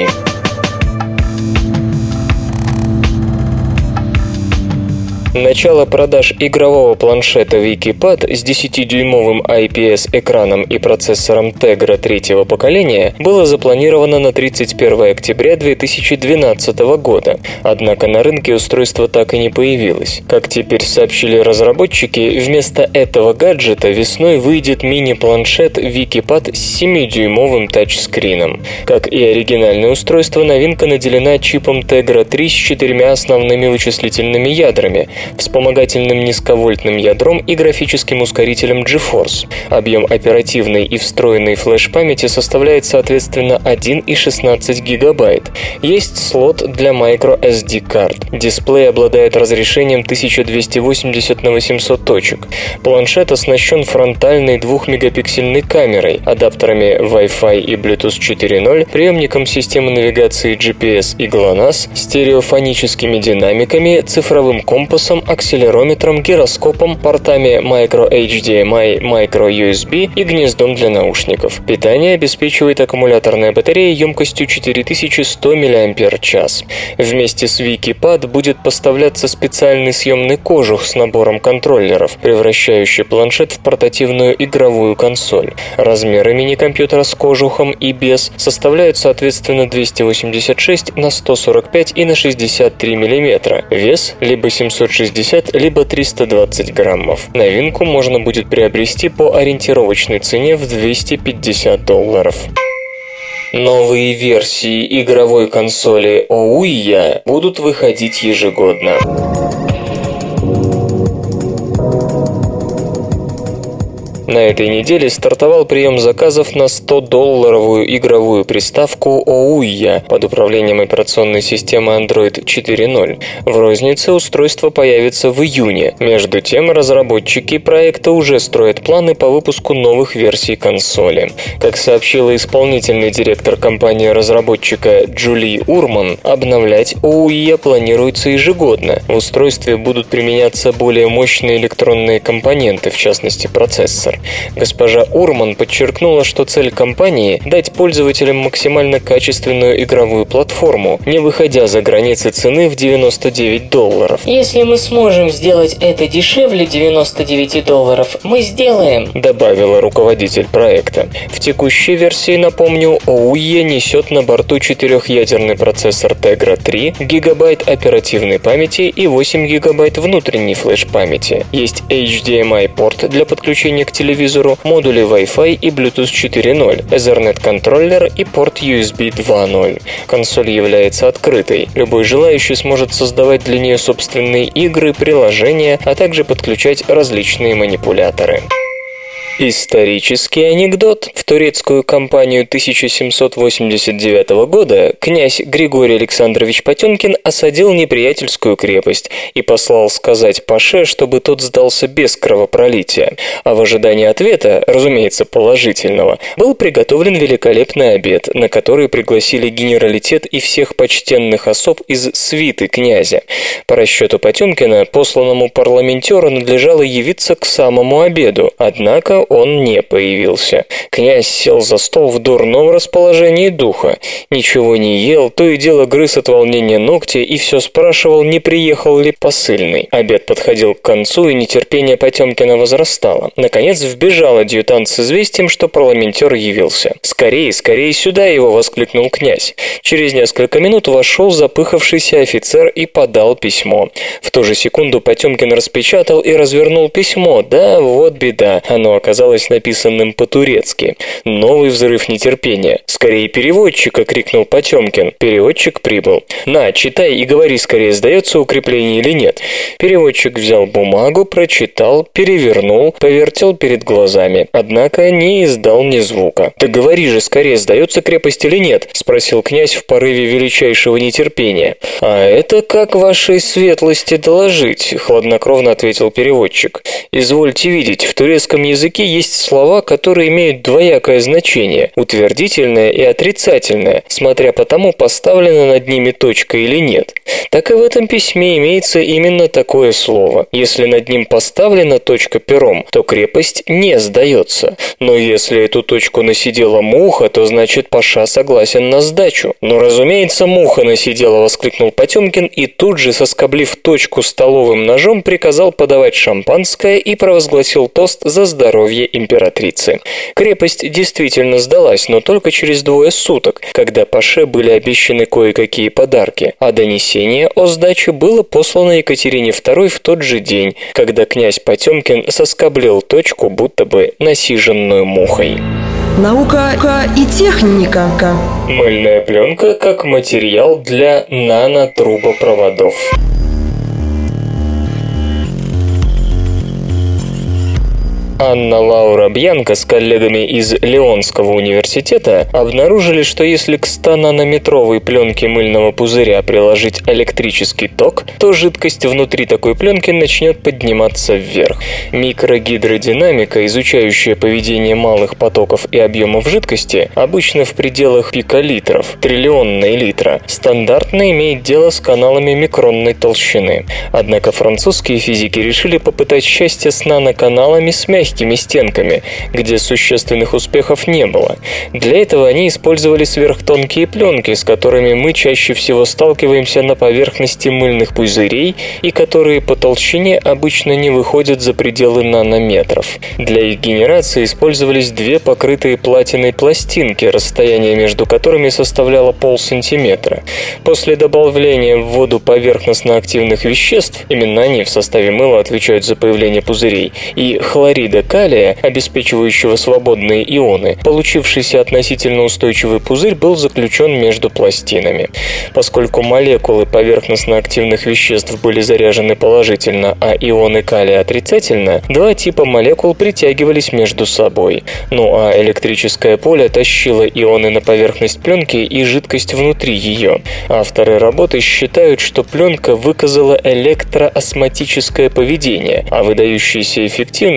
Начало продаж игрового планшета Wikipad с 10-дюймовым IPS-экраном и процессором Tegra третьего поколения было запланировано на 31 октября 2012 года, однако на рынке устройство так и не появилось. Как теперь сообщили разработчики, вместо этого гаджета весной выйдет мини-планшет Wikipad с 7-дюймовым тачскрином. Как и оригинальное устройство, новинка наделена чипом Tegra 3 с 4 основными вычислительными ядрами, вспомогательным низковольтным ядром и графическим ускорителем GeForce. Объем оперативной и встроенной флеш-памяти составляет соответственно 1 и 16 гигабайт. Есть слот для microSD-карт. Дисплей обладает разрешением 1280 на 800 точек. Планшет оснащен фронтальной 2-мегапиксельной камерой, адаптерами Wi-Fi и Bluetooth 4.0, приемником системы навигации GPS и GLONASS, стереофоническими динамиками, цифровым компасом, акселерометром, гироскопом, портами micro-HDMI, micro-USB и гнездом для наушников. Питание обеспечивает аккумуляторная батарея емкостью 4100 мАч. Вместе с Wikipad будет поставляться специальный съемный кожух с набором контроллеров, превращающий планшет в портативную игровую консоль. Размеры мини-компьютера с кожухом и без составляют соответственно 286 на 145 и на 63 мм. Вес либо 760, либо 320 граммов. Новинку можно будет приобрести по ориентировочной цене в $250. Новые версии игровой консоли Ouya будут выходить ежегодно. На этой неделе стартовал прием заказов на $100 игровую приставку Ouya под управлением операционной системы Android 4.0. В рознице устройство появится в июне. Между тем, разработчики проекта уже строят планы по выпуску новых версий консоли. Как сообщила исполнительный директор компании-разработчика Джули Урман, обновлять Ouya планируется ежегодно. В устройстве будут применяться более мощные электронные компоненты, в частности процессор. Центр. Госпожа Урман подчеркнула, что цель компании – дать пользователям максимально качественную игровую платформу, не выходя за границы цены в $99. Если мы сможем сделать это дешевле $99, мы сделаем, добавила руководитель проекта. В текущей версии, напомню, ОУЕ несет на борту 4-ядерный процессор Tegra 3, гигабайт оперативной памяти и 8 гигабайт внутренней флеш-памяти. Есть HDMI-порт для подключения к телевизору, модули Wi-Fi и Bluetooth 4.0, Ethernet-контроллер и порт USB 2.0. Консоль является открытой. Любой желающий сможет создавать для нее собственные игры, приложения, а также подключать различные манипуляторы. Исторический анекдот. В турецкую кампанию 1789 года князь Григорий Александрович Потемкин осадил неприятельскую крепость и послал сказать паше, чтобы тот сдался без кровопролития. А в ожидании ответа, разумеется, положительного, был приготовлен великолепный обед, на который пригласили генералитет и всех почтенных особ из свиты князя. По расчету Потемкина, посланному парламентеру надлежало явиться к самому обеду, однако он не появился. Князь сел за стол в дурном расположении духа. Ничего не ел, то и дело грыз от волнения ногти и все спрашивал, не приехал ли посыльный. Обед подходил к концу, и нетерпение Потемкина возрастало. Наконец вбежал адъютант с известием, что парламентер явился. «Скорее, скорее сюда!» — его воскликнул князь. Через несколько минут вошел запыхавшийся офицер и подал письмо. В ту же секунду Потемкин распечатал и развернул письмо. Да, вот беда. Оно оказалось написанным по-турецки. Новый взрыв нетерпения. «Скорее переводчика!» — крикнул Потемкин. Переводчик прибыл. «На, читай и говори скорее, сдается укрепление или нет». Переводчик взял бумагу, прочитал, перевернул, повертел перед глазами. Однако не издал ни звука. «Да говори же скорее, сдается крепость или нет?» — спросил князь в порыве величайшего нетерпения. «А это как вашей светлости доложить?» — хладнокровно ответил переводчик. «Извольте видеть, в турецком языке есть слова, которые имеют двоякое значение – утвердительное и отрицательное, смотря по тому, поставлена над ними точка или нет. Так и в этом письме имеется именно такое слово. Если над ним поставлена точка пером, то крепость не сдается. Но если эту точку насидела муха, то значит паша согласен на сдачу. «Но, разумеется, муха насидела!» – воскликнул Потемкин и тут же, соскоблив точку столовым ножом, приказал подавать шампанское и провозгласил тост за здоровье императрицы. Крепость действительно сдалась, но только через 2 суток, когда паше были обещаны кое-какие подарки, а донесение о сдаче было послано Екатерине II в тот же день, когда князь Потемкин соскоблил точку, будто бы насиженную мухой. Наука и техника. Мыльная пленка как материал для нанотрубопроводов. Анна Лаура Бьянко с коллегами из Лионского университета обнаружили, что если к 100-нанометровой пленке мыльного пузыря приложить электрический ток, то жидкость внутри такой пленки начнет подниматься вверх. Микрогидродинамика, изучающая поведение малых потоков и объемов жидкости, обычно в пределах пиколитров, триллионной литра, стандартно имеет дело с каналами микронной толщины. Однако французские физики решили попытать счастье с наноканалами с мягкими стенками, где существенных успехов не было. Для этого они использовали сверхтонкие пленки, с которыми мы чаще всего сталкиваемся на поверхности мыльных пузырей и которые по толщине обычно не выходят за пределы нанометров. Для их генерации использовались 2 покрытые платиной пластинки, расстояние между которыми составляло полсантиметра. После добавления в воду поверхностно-активных веществ, именно они в составе мыла отвечают за появление пузырей, и хлорида калия, обеспечивающего свободные ионы, получившийся относительно устойчивый пузырь был заключен между пластинами. Поскольку молекулы поверхностно-активных веществ были заряжены положительно, а ионы калия отрицательно, 2 типа молекул притягивались между собой. Ну а электрическое поле тащило ионы на поверхность пленки и жидкость внутри ее. Авторы работы считают, что пленка выказала электроосмотическое поведение, а выдающаяся эффективность явления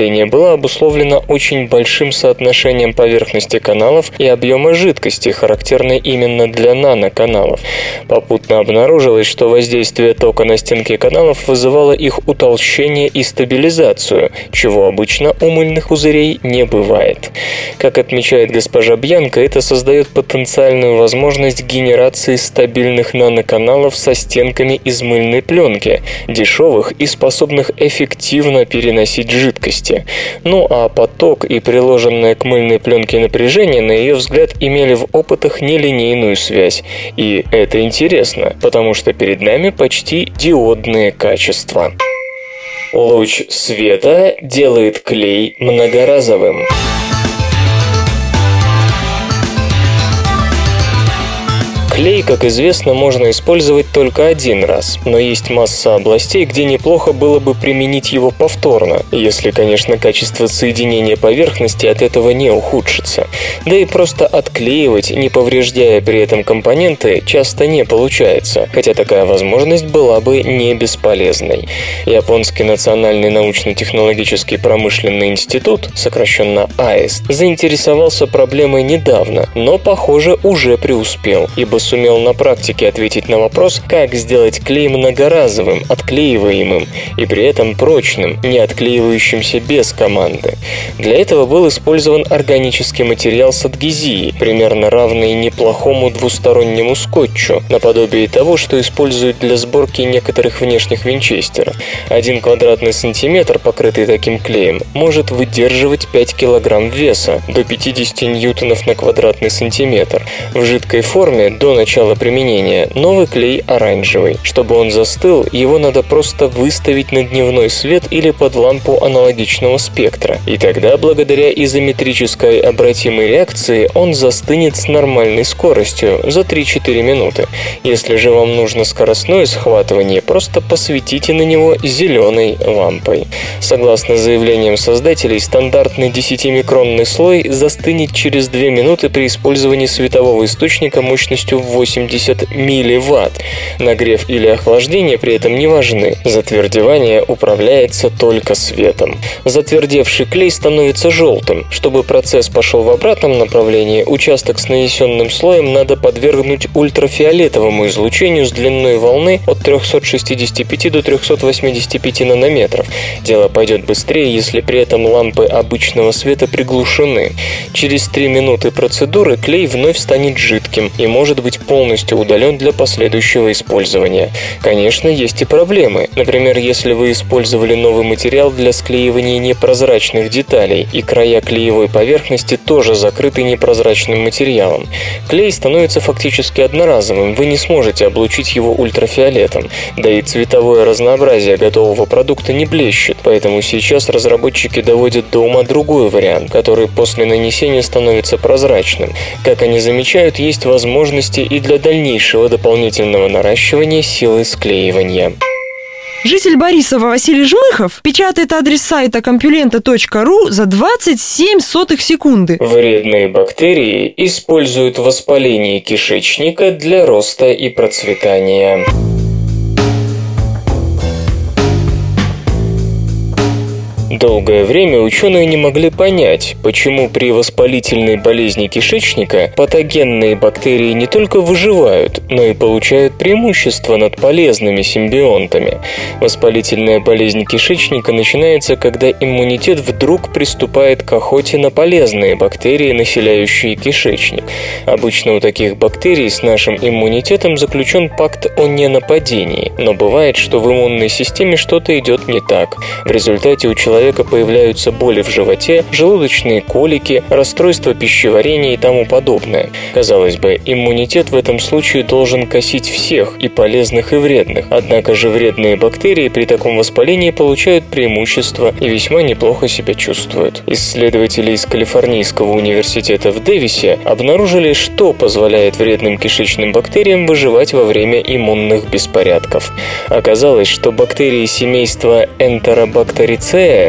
явление было обусловлено очень большим соотношением поверхности каналов и объема жидкости, характерной именно для наноканалов. Попутно обнаружилось, что воздействие тока на стенки каналов вызывало их утолщение и стабилизацию, чего обычно у мыльных пузырей не бывает. Как отмечает госпожа Бьянко, это создает потенциальную возможность генерации стабильных наноканалов со стенками из мыльной пленки, дешевых и способных эффективно переносить жидкости. Ну а поток и приложенное к мыльной пленке напряжение, на ее взгляд, имели в опытах нелинейную связь. И это интересно, потому что перед нами почти диодные качества. Луч света делает клей многоразовым. Клей, как известно, можно использовать только один раз, но есть масса областей, где неплохо было бы применить его повторно, если, конечно, качество соединения поверхности от этого не ухудшится. Да и просто отклеивать, не повреждая при этом компоненты, часто не получается, хотя такая возможность была бы не бесполезной. Японский национальный научно-технологический промышленный институт, сокращенно АЭС, заинтересовался проблемой недавно, но, похоже, уже преуспел, ибо сумел на практике ответить на вопрос, как сделать клей многоразовым, отклеиваемым и при этом прочным, не отклеивающимся без команды. Для этого был использован органический материал с адгезией, примерно равный неплохому двустороннему скотчу, наподобие того, что используют для сборки некоторых внешних винчестеров. 1 квадратный сантиметр, покрытый таким клеем, может выдерживать 5 килограмм веса, до 50 ньютонов на квадратный сантиметр. В жидкой форме до начала применения новый клей оранжевый. Чтобы он застыл, его надо просто выставить на дневной свет или под лампу аналогичного спектра. И тогда, благодаря изометрической обратимой реакции, он застынет с нормальной скоростью за 3-4 минуты. Если же вам нужно скоростное схватывание, просто посветите на него зеленой лампой. Согласно заявлениям создателей, стандартный 10-микронный слой застынет через 2 минуты при использовании светового источника мощностью в 80 милливатт. Нагрев или охлаждение при этом не важны. Затвердевание управляется только светом. Затвердевший клей становится желтым. Чтобы процесс пошел в обратном направлении, участок с нанесенным слоем надо подвергнуть ультрафиолетовому излучению с длиной волны от 365 до 385 нанометров. Дело пойдет быстрее, если при этом лампы обычного света приглушены. Через 3 минуты процедуры клей вновь станет жидким и может быть полностью удален для последующего использования. Конечно, есть и проблемы. Например, если вы использовали новый материал для склеивания непрозрачных деталей, и края клеевой поверхности тоже закрыты непрозрачным материалом. Клей становится фактически одноразовым, вы не сможете облучить его ультрафиолетом. Да и цветовое разнообразие готового продукта не блещет, поэтому сейчас разработчики доводят до ума другой вариант, который после нанесения становится прозрачным. Как они замечают, есть возможности и для дальнейшего дополнительного наращивания силы склеивания. Житель Борисова Василий Жмыхов печатает адрес сайта компьюлента.ру за 27 секунды. Вредные бактерии используют воспаление кишечника для роста и процветания. Долгое время ученые не могли понять, почему при воспалительной болезни кишечника патогенные бактерии не только выживают, но и получают преимущество над полезными симбионтами. Воспалительная болезнь кишечника начинается, когда иммунитет вдруг приступает к охоте на полезные бактерии, населяющие кишечник. Обычно у таких бактерий с нашим иммунитетом заключен пакт о ненападении, но бывает, что в иммунной системе что-то идет не так. В результате у человека появляются боли в животе, желудочные колики, расстройства пищеварения и тому подобное. Казалось бы, иммунитет в этом случае должен косить всех, и полезных, и вредных. Однако же вредные бактерии при таком воспалении получают преимущество и весьма неплохо себя чувствуют. Исследователи из Калифорнийского университета в Дэвисе обнаружили, что позволяет вредным кишечным бактериям выживать во время иммунных беспорядков. Оказалось, что бактерии семейства Enterobacteriaceae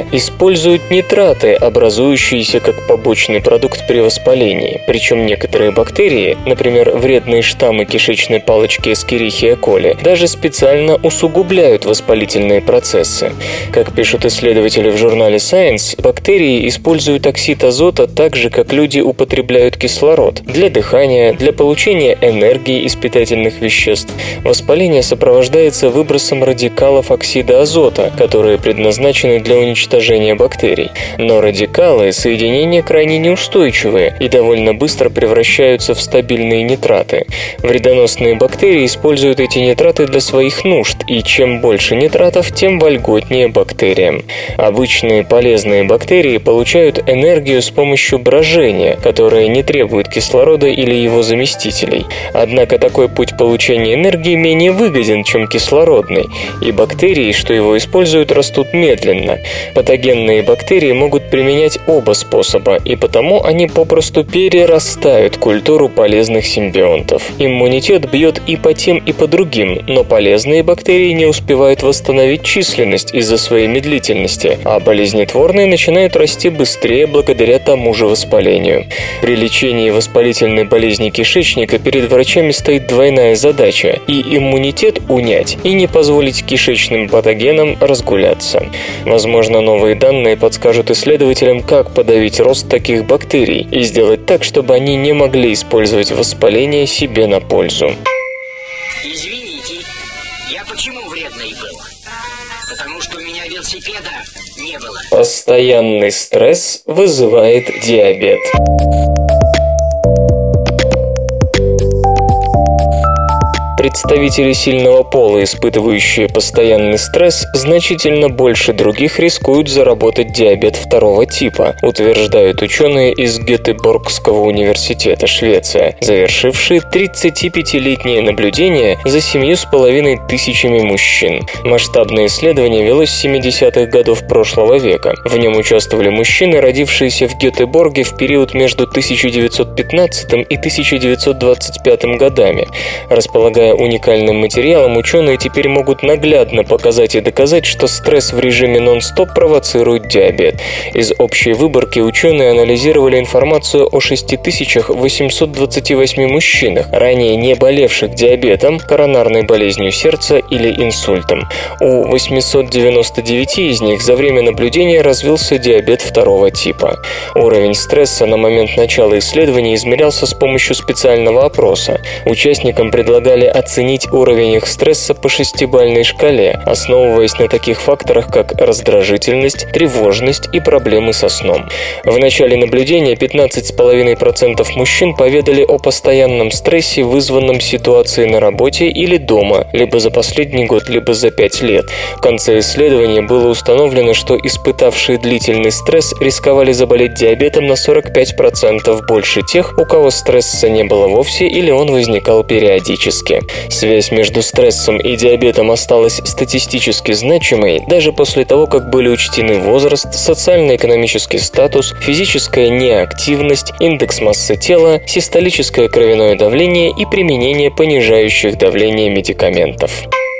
бактерия используют нитраты, образующиеся как побочный продукт при воспалении. Причем некоторые бактерии, например, вредные штаммы кишечной палочки Escherichia coli, даже специально усугубляют воспалительные процессы. Как пишут исследователи в журнале Science, бактерии используют оксид азота так же, как люди употребляют кислород для дыхания, для получения энергии из питательных веществ. Воспаление сопровождается выбросом радикалов оксида азота, которые предназначены для уничтожения бактерий. Но радикалы – соединения крайне неустойчивые и довольно быстро превращаются в стабильные нитраты. Вредоносные бактерии используют эти нитраты для своих нужд, и чем больше нитратов, тем вольготнее бактериям. Обычные полезные бактерии получают энергию с помощью брожения, которое не требует кислорода или его заместителей. Однако такой путь получения энергии менее выгоден, чем кислородный, и бактерии, что его используют, растут медленно. Патогенные бактерии могут применять оба способа, и потому они попросту перерастают культуру полезных симбионтов. Иммунитет бьет и по тем, и по другим, но полезные бактерии не успевают восстановить численность из-за своей медлительности, а болезнетворные начинают расти быстрее благодаря тому же воспалению. При лечении воспалительной болезни кишечника перед врачами стоит двойная задача – и иммунитет унять, и не позволить кишечным патогенам разгуляться. Возможно, новые данные подскажут исследователям, как подавить рост таких бактерий и сделать так, чтобы они не могли использовать воспаление себе на пользу. Извините, я почему вредный был? Потому что у меня велосипеда не было. Постоянный стресс вызывает диабет. Представители сильного пола, испытывающие постоянный стресс, значительно больше других рискуют заработать диабет второго типа, утверждают ученые из Гетеборгского университета, Швеция, завершившие 35-летнее наблюдение за 7,5 тысячами мужчин. Масштабное исследование велось с 70-х годов прошлого века. В нем участвовали мужчины, родившиеся в Гетеборге в период между 1915 и 1925 годами. Располагая уникальным материалом, ученые теперь могут наглядно показать и доказать, что стресс в режиме нон-стоп провоцирует диабет. Из общей выборки ученые анализировали информацию о 6828 мужчинах, ранее не болевших диабетом, коронарной болезнью сердца или инсультом. У 899 из них за время наблюдения развился диабет второго типа. Уровень стресса на момент начала исследования измерялся с помощью специального опроса. Участникам предлагали оценить уровень их стресса по 6-бальной шкале, основываясь на таких факторах, как раздражительность, тревожность и проблемы со сном. В начале наблюдения 15,5% мужчин поведали о постоянном стрессе, вызванном ситуацией на работе или дома, либо за последний год, либо за 5 лет. В конце исследования было установлено, что испытавшие длительный стресс рисковали заболеть диабетом на 45% больше тех, у кого стресса не было вовсе или он возникал периодически. Связь между стрессом и диабетом осталась статистически значимой даже после того, как были учтены возраст, социально-экономический статус, физическая неактивность, индекс массы тела, систолическое кровяное давление и применение понижающих давление медикаментов.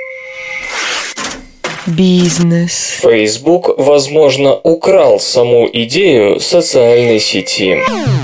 Бизнес. Facebook, возможно, украл саму идею социальной сети.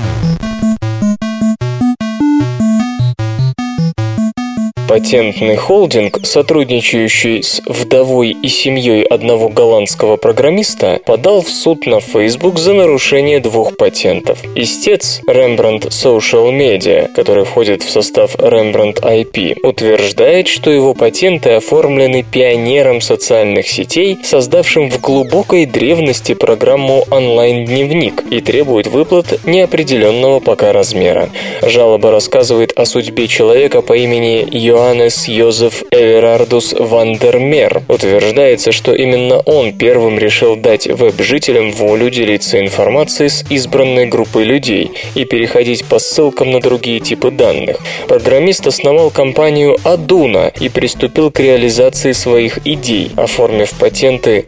Патентный холдинг, сотрудничающий с вдовой и семьей одного голландского программиста, подал в суд на Facebook за нарушение 2 патентов. Истец Rembrandt Social Media, который входит в состав Rembrandt IP, утверждает, что его патенты оформлены пионером социальных сетей, создавшим в глубокой древности программу «Онлайн-дневник» и требует выплат неопределенного пока размера. Жалоба рассказывает о судьбе человека по имени Йоаннес Йозеф Эверардус ван дер Мер. Утверждается, что именно он первым решил дать веб-жителям волю делиться информацией с избранной группой людей и переходить по ссылкам на другие типы данных. Программист основал компанию Aduna и приступил к реализации своих идей, оформив патенты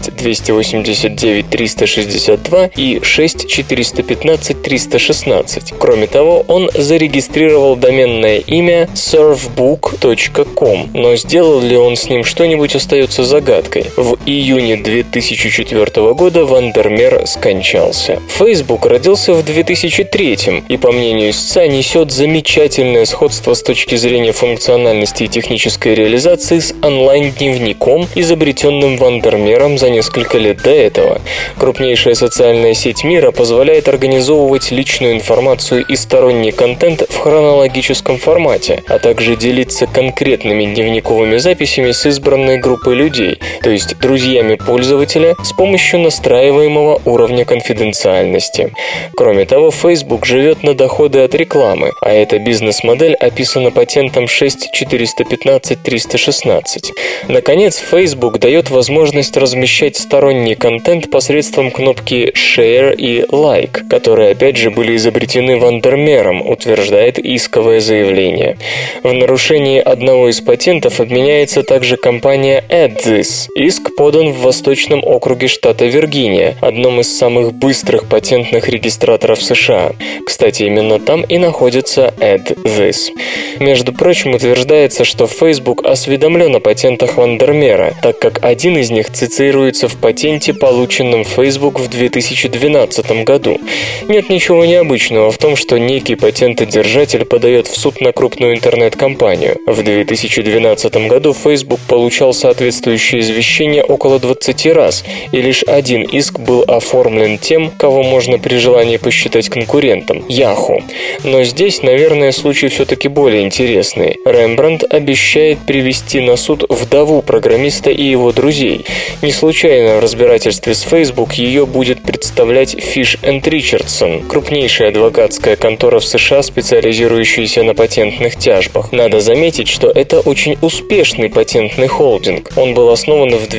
6.289.362 и 6.415.316. Кроме того, он зарегистрировал доменное имя servebook Facebook.com, но сделал ли он с ним что-нибудь, остается загадкой. В июне 2004 года Вандермеер скончался. Facebook родился в 2003 и, по мнению истца, несет замечательное сходство с точки зрения функциональности и технической реализации с онлайн-дневником, изобретенным Вандермеером за несколько лет до этого. Крупнейшая социальная сеть мира позволяет организовывать личную информацию и сторонний контент в хронологическом формате, а также делиться конкретными дневниковыми записями с избранной группой людей, то есть друзьями пользователя, с помощью настраиваемого уровня конфиденциальности. Кроме того, Facebook живет на доходы от рекламы, а эта бизнес-модель описана патентом 6.415.316. Наконец, Facebook дает возможность размещать сторонний контент посредством кнопки Share и Like, которые, опять же, были изобретены Вандермеером, утверждает исковое заявление. В нарушении одного из патентов обменяется также компания AddThis. Иск подан в Восточном округе штата Виргиния, одном из самых быстрых патентных регистраторов США. Кстати, именно там и находится AddThis. Между прочим, утверждается, что Facebook осведомлен о патентах Вандермеера, так как один из них цитируется в патенте, полученном Facebook в 2012 году. Нет ничего необычного в том, что некий патентодержатель подает в суд на крупную интернет-компанию. В 2012 году Facebook получал соответствующее извещение около 20 раз, и лишь один иск был оформлен тем, кого можно при желании посчитать конкурентом – Yahoo. Но здесь, наверное, случай все-таки более интересный. Рембрандт обещает привести на суд вдову программиста и его друзей. Не случайно в разбирательстве с Facebook ее будет представлять Fish & Richardson, крупнейшая адвокатская контора в США, специализирующаяся на патентных тяжбах. Надо заметить, что это очень успешный патентный холдинг. Он был основан в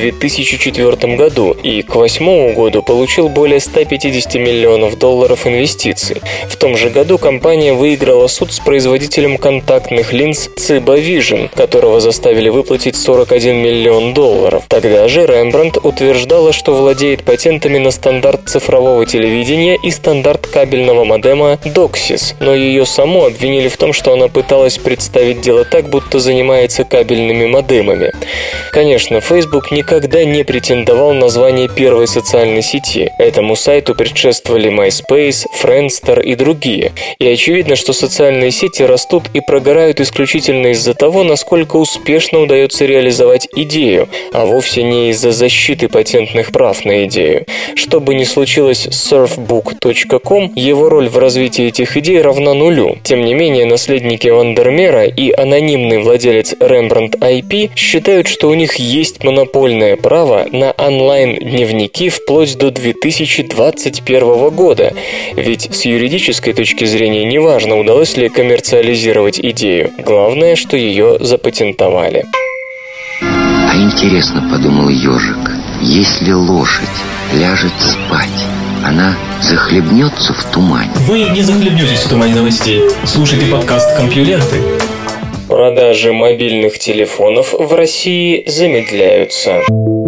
2004 году и к 2008 году получил более 150 миллионов долларов инвестиций. В том же году компания выиграла суд с производителем контактных линз Ciba Vision, которого заставили выплатить 41 миллион долларов. Тогда же Рембрандт утверждала, что владеет патентами на стандарт цифрового телевидения и стандарт кабельного модема DOCSIS, но ее саму обвинили в том, что она пыталась представить дело так, будто занимается кабельными модемами. Конечно, Facebook никогда не претендовал на звание первой социальной сети. Этому сайту предшествовали MySpace, Friendster и другие. И очевидно, что социальные сети растут и прогорают исключительно из-за того, насколько успешно удается реализовать идею, а вовсе не из-за защиты патентных прав на идею. Что бы ни случилось с surfbook.com, его роль в развитии этих идей равна нулю. Тем не менее, наследники Вандермеера и анонимный владелец Rembrandt IP считают, что у них есть монопольное право на онлайн-дневники вплоть до 2021 года. Ведь с юридической точки зрения неважно, удалось ли коммерциализировать идею. Главное, что ее запатентовали. А интересно, подумал ежик, если лошадь ляжет спать, она захлебнется в тумане? Вы не захлебнетесь в тумане новостей. Слушайте подкаст «Компьюленты». Продажи мобильных телефонов в России замедляются.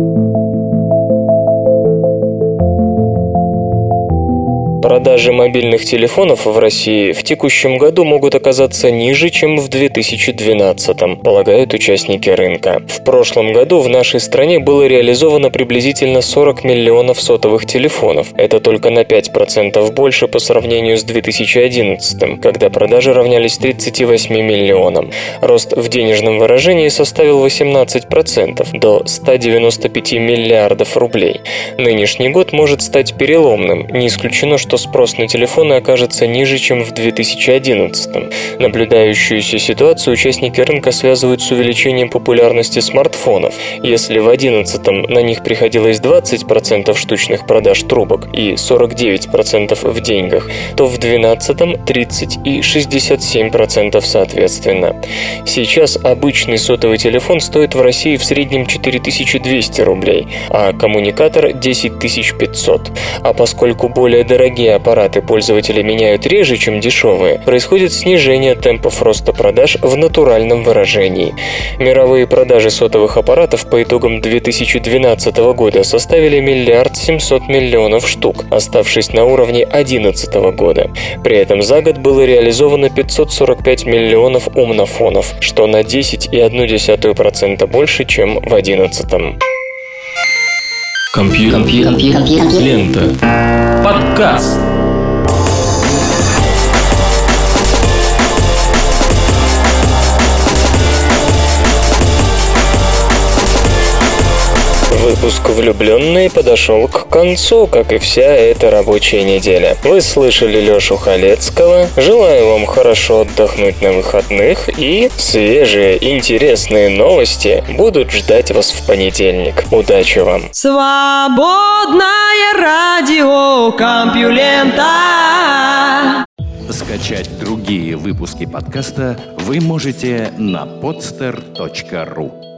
Продажи мобильных телефонов в России в текущем году могут оказаться ниже, чем в 2012-м, полагают участники рынка. В прошлом году в нашей стране было реализовано приблизительно 40 миллионов сотовых телефонов. Это только на 5% больше по сравнению с 2011-м, когда продажи равнялись 38 миллионам. Рост в денежном выражении составил 18%, до 195 миллиардов рублей. Нынешний год может стать переломным. Не исключено, что спрос на телефоны окажется ниже, чем в 2011-м. Наблюдающуюся ситуацию участники рынка связывают с увеличением популярности смартфонов. Если в 2011-м на них приходилось 20% штучных продаж трубок и 49% в деньгах, то в 2012-м 30% и 67% соответственно. Сейчас обычный сотовый телефон стоит в России в среднем 4200 рублей, а коммуникатор 10 500. А поскольку более дорогие дорогие аппараты пользователи меняют реже, чем дешевые, происходит снижение темпов роста продаж в натуральном выражении. Мировые продажи сотовых аппаратов по итогам 2012 года составили 1 700 000 000 штук, оставшись на уровне 2011 года. При этом за год было реализовано 545 миллионов умнофонов, что на 10,1% больше, чем в 2011. Компьютер. Лента. Подкаст. Выпуск «Влюбленные» подошел к концу, как и вся эта рабочая неделя. Вы слышали Лешу Халецкого. Желаю вам хорошо отдохнуть на выходных, и свежие, интересные новости будут ждать вас в понедельник. Удачи вам! Свободное радио Компьюлента. Скачать другие выпуски подкаста вы можете на podster.ru.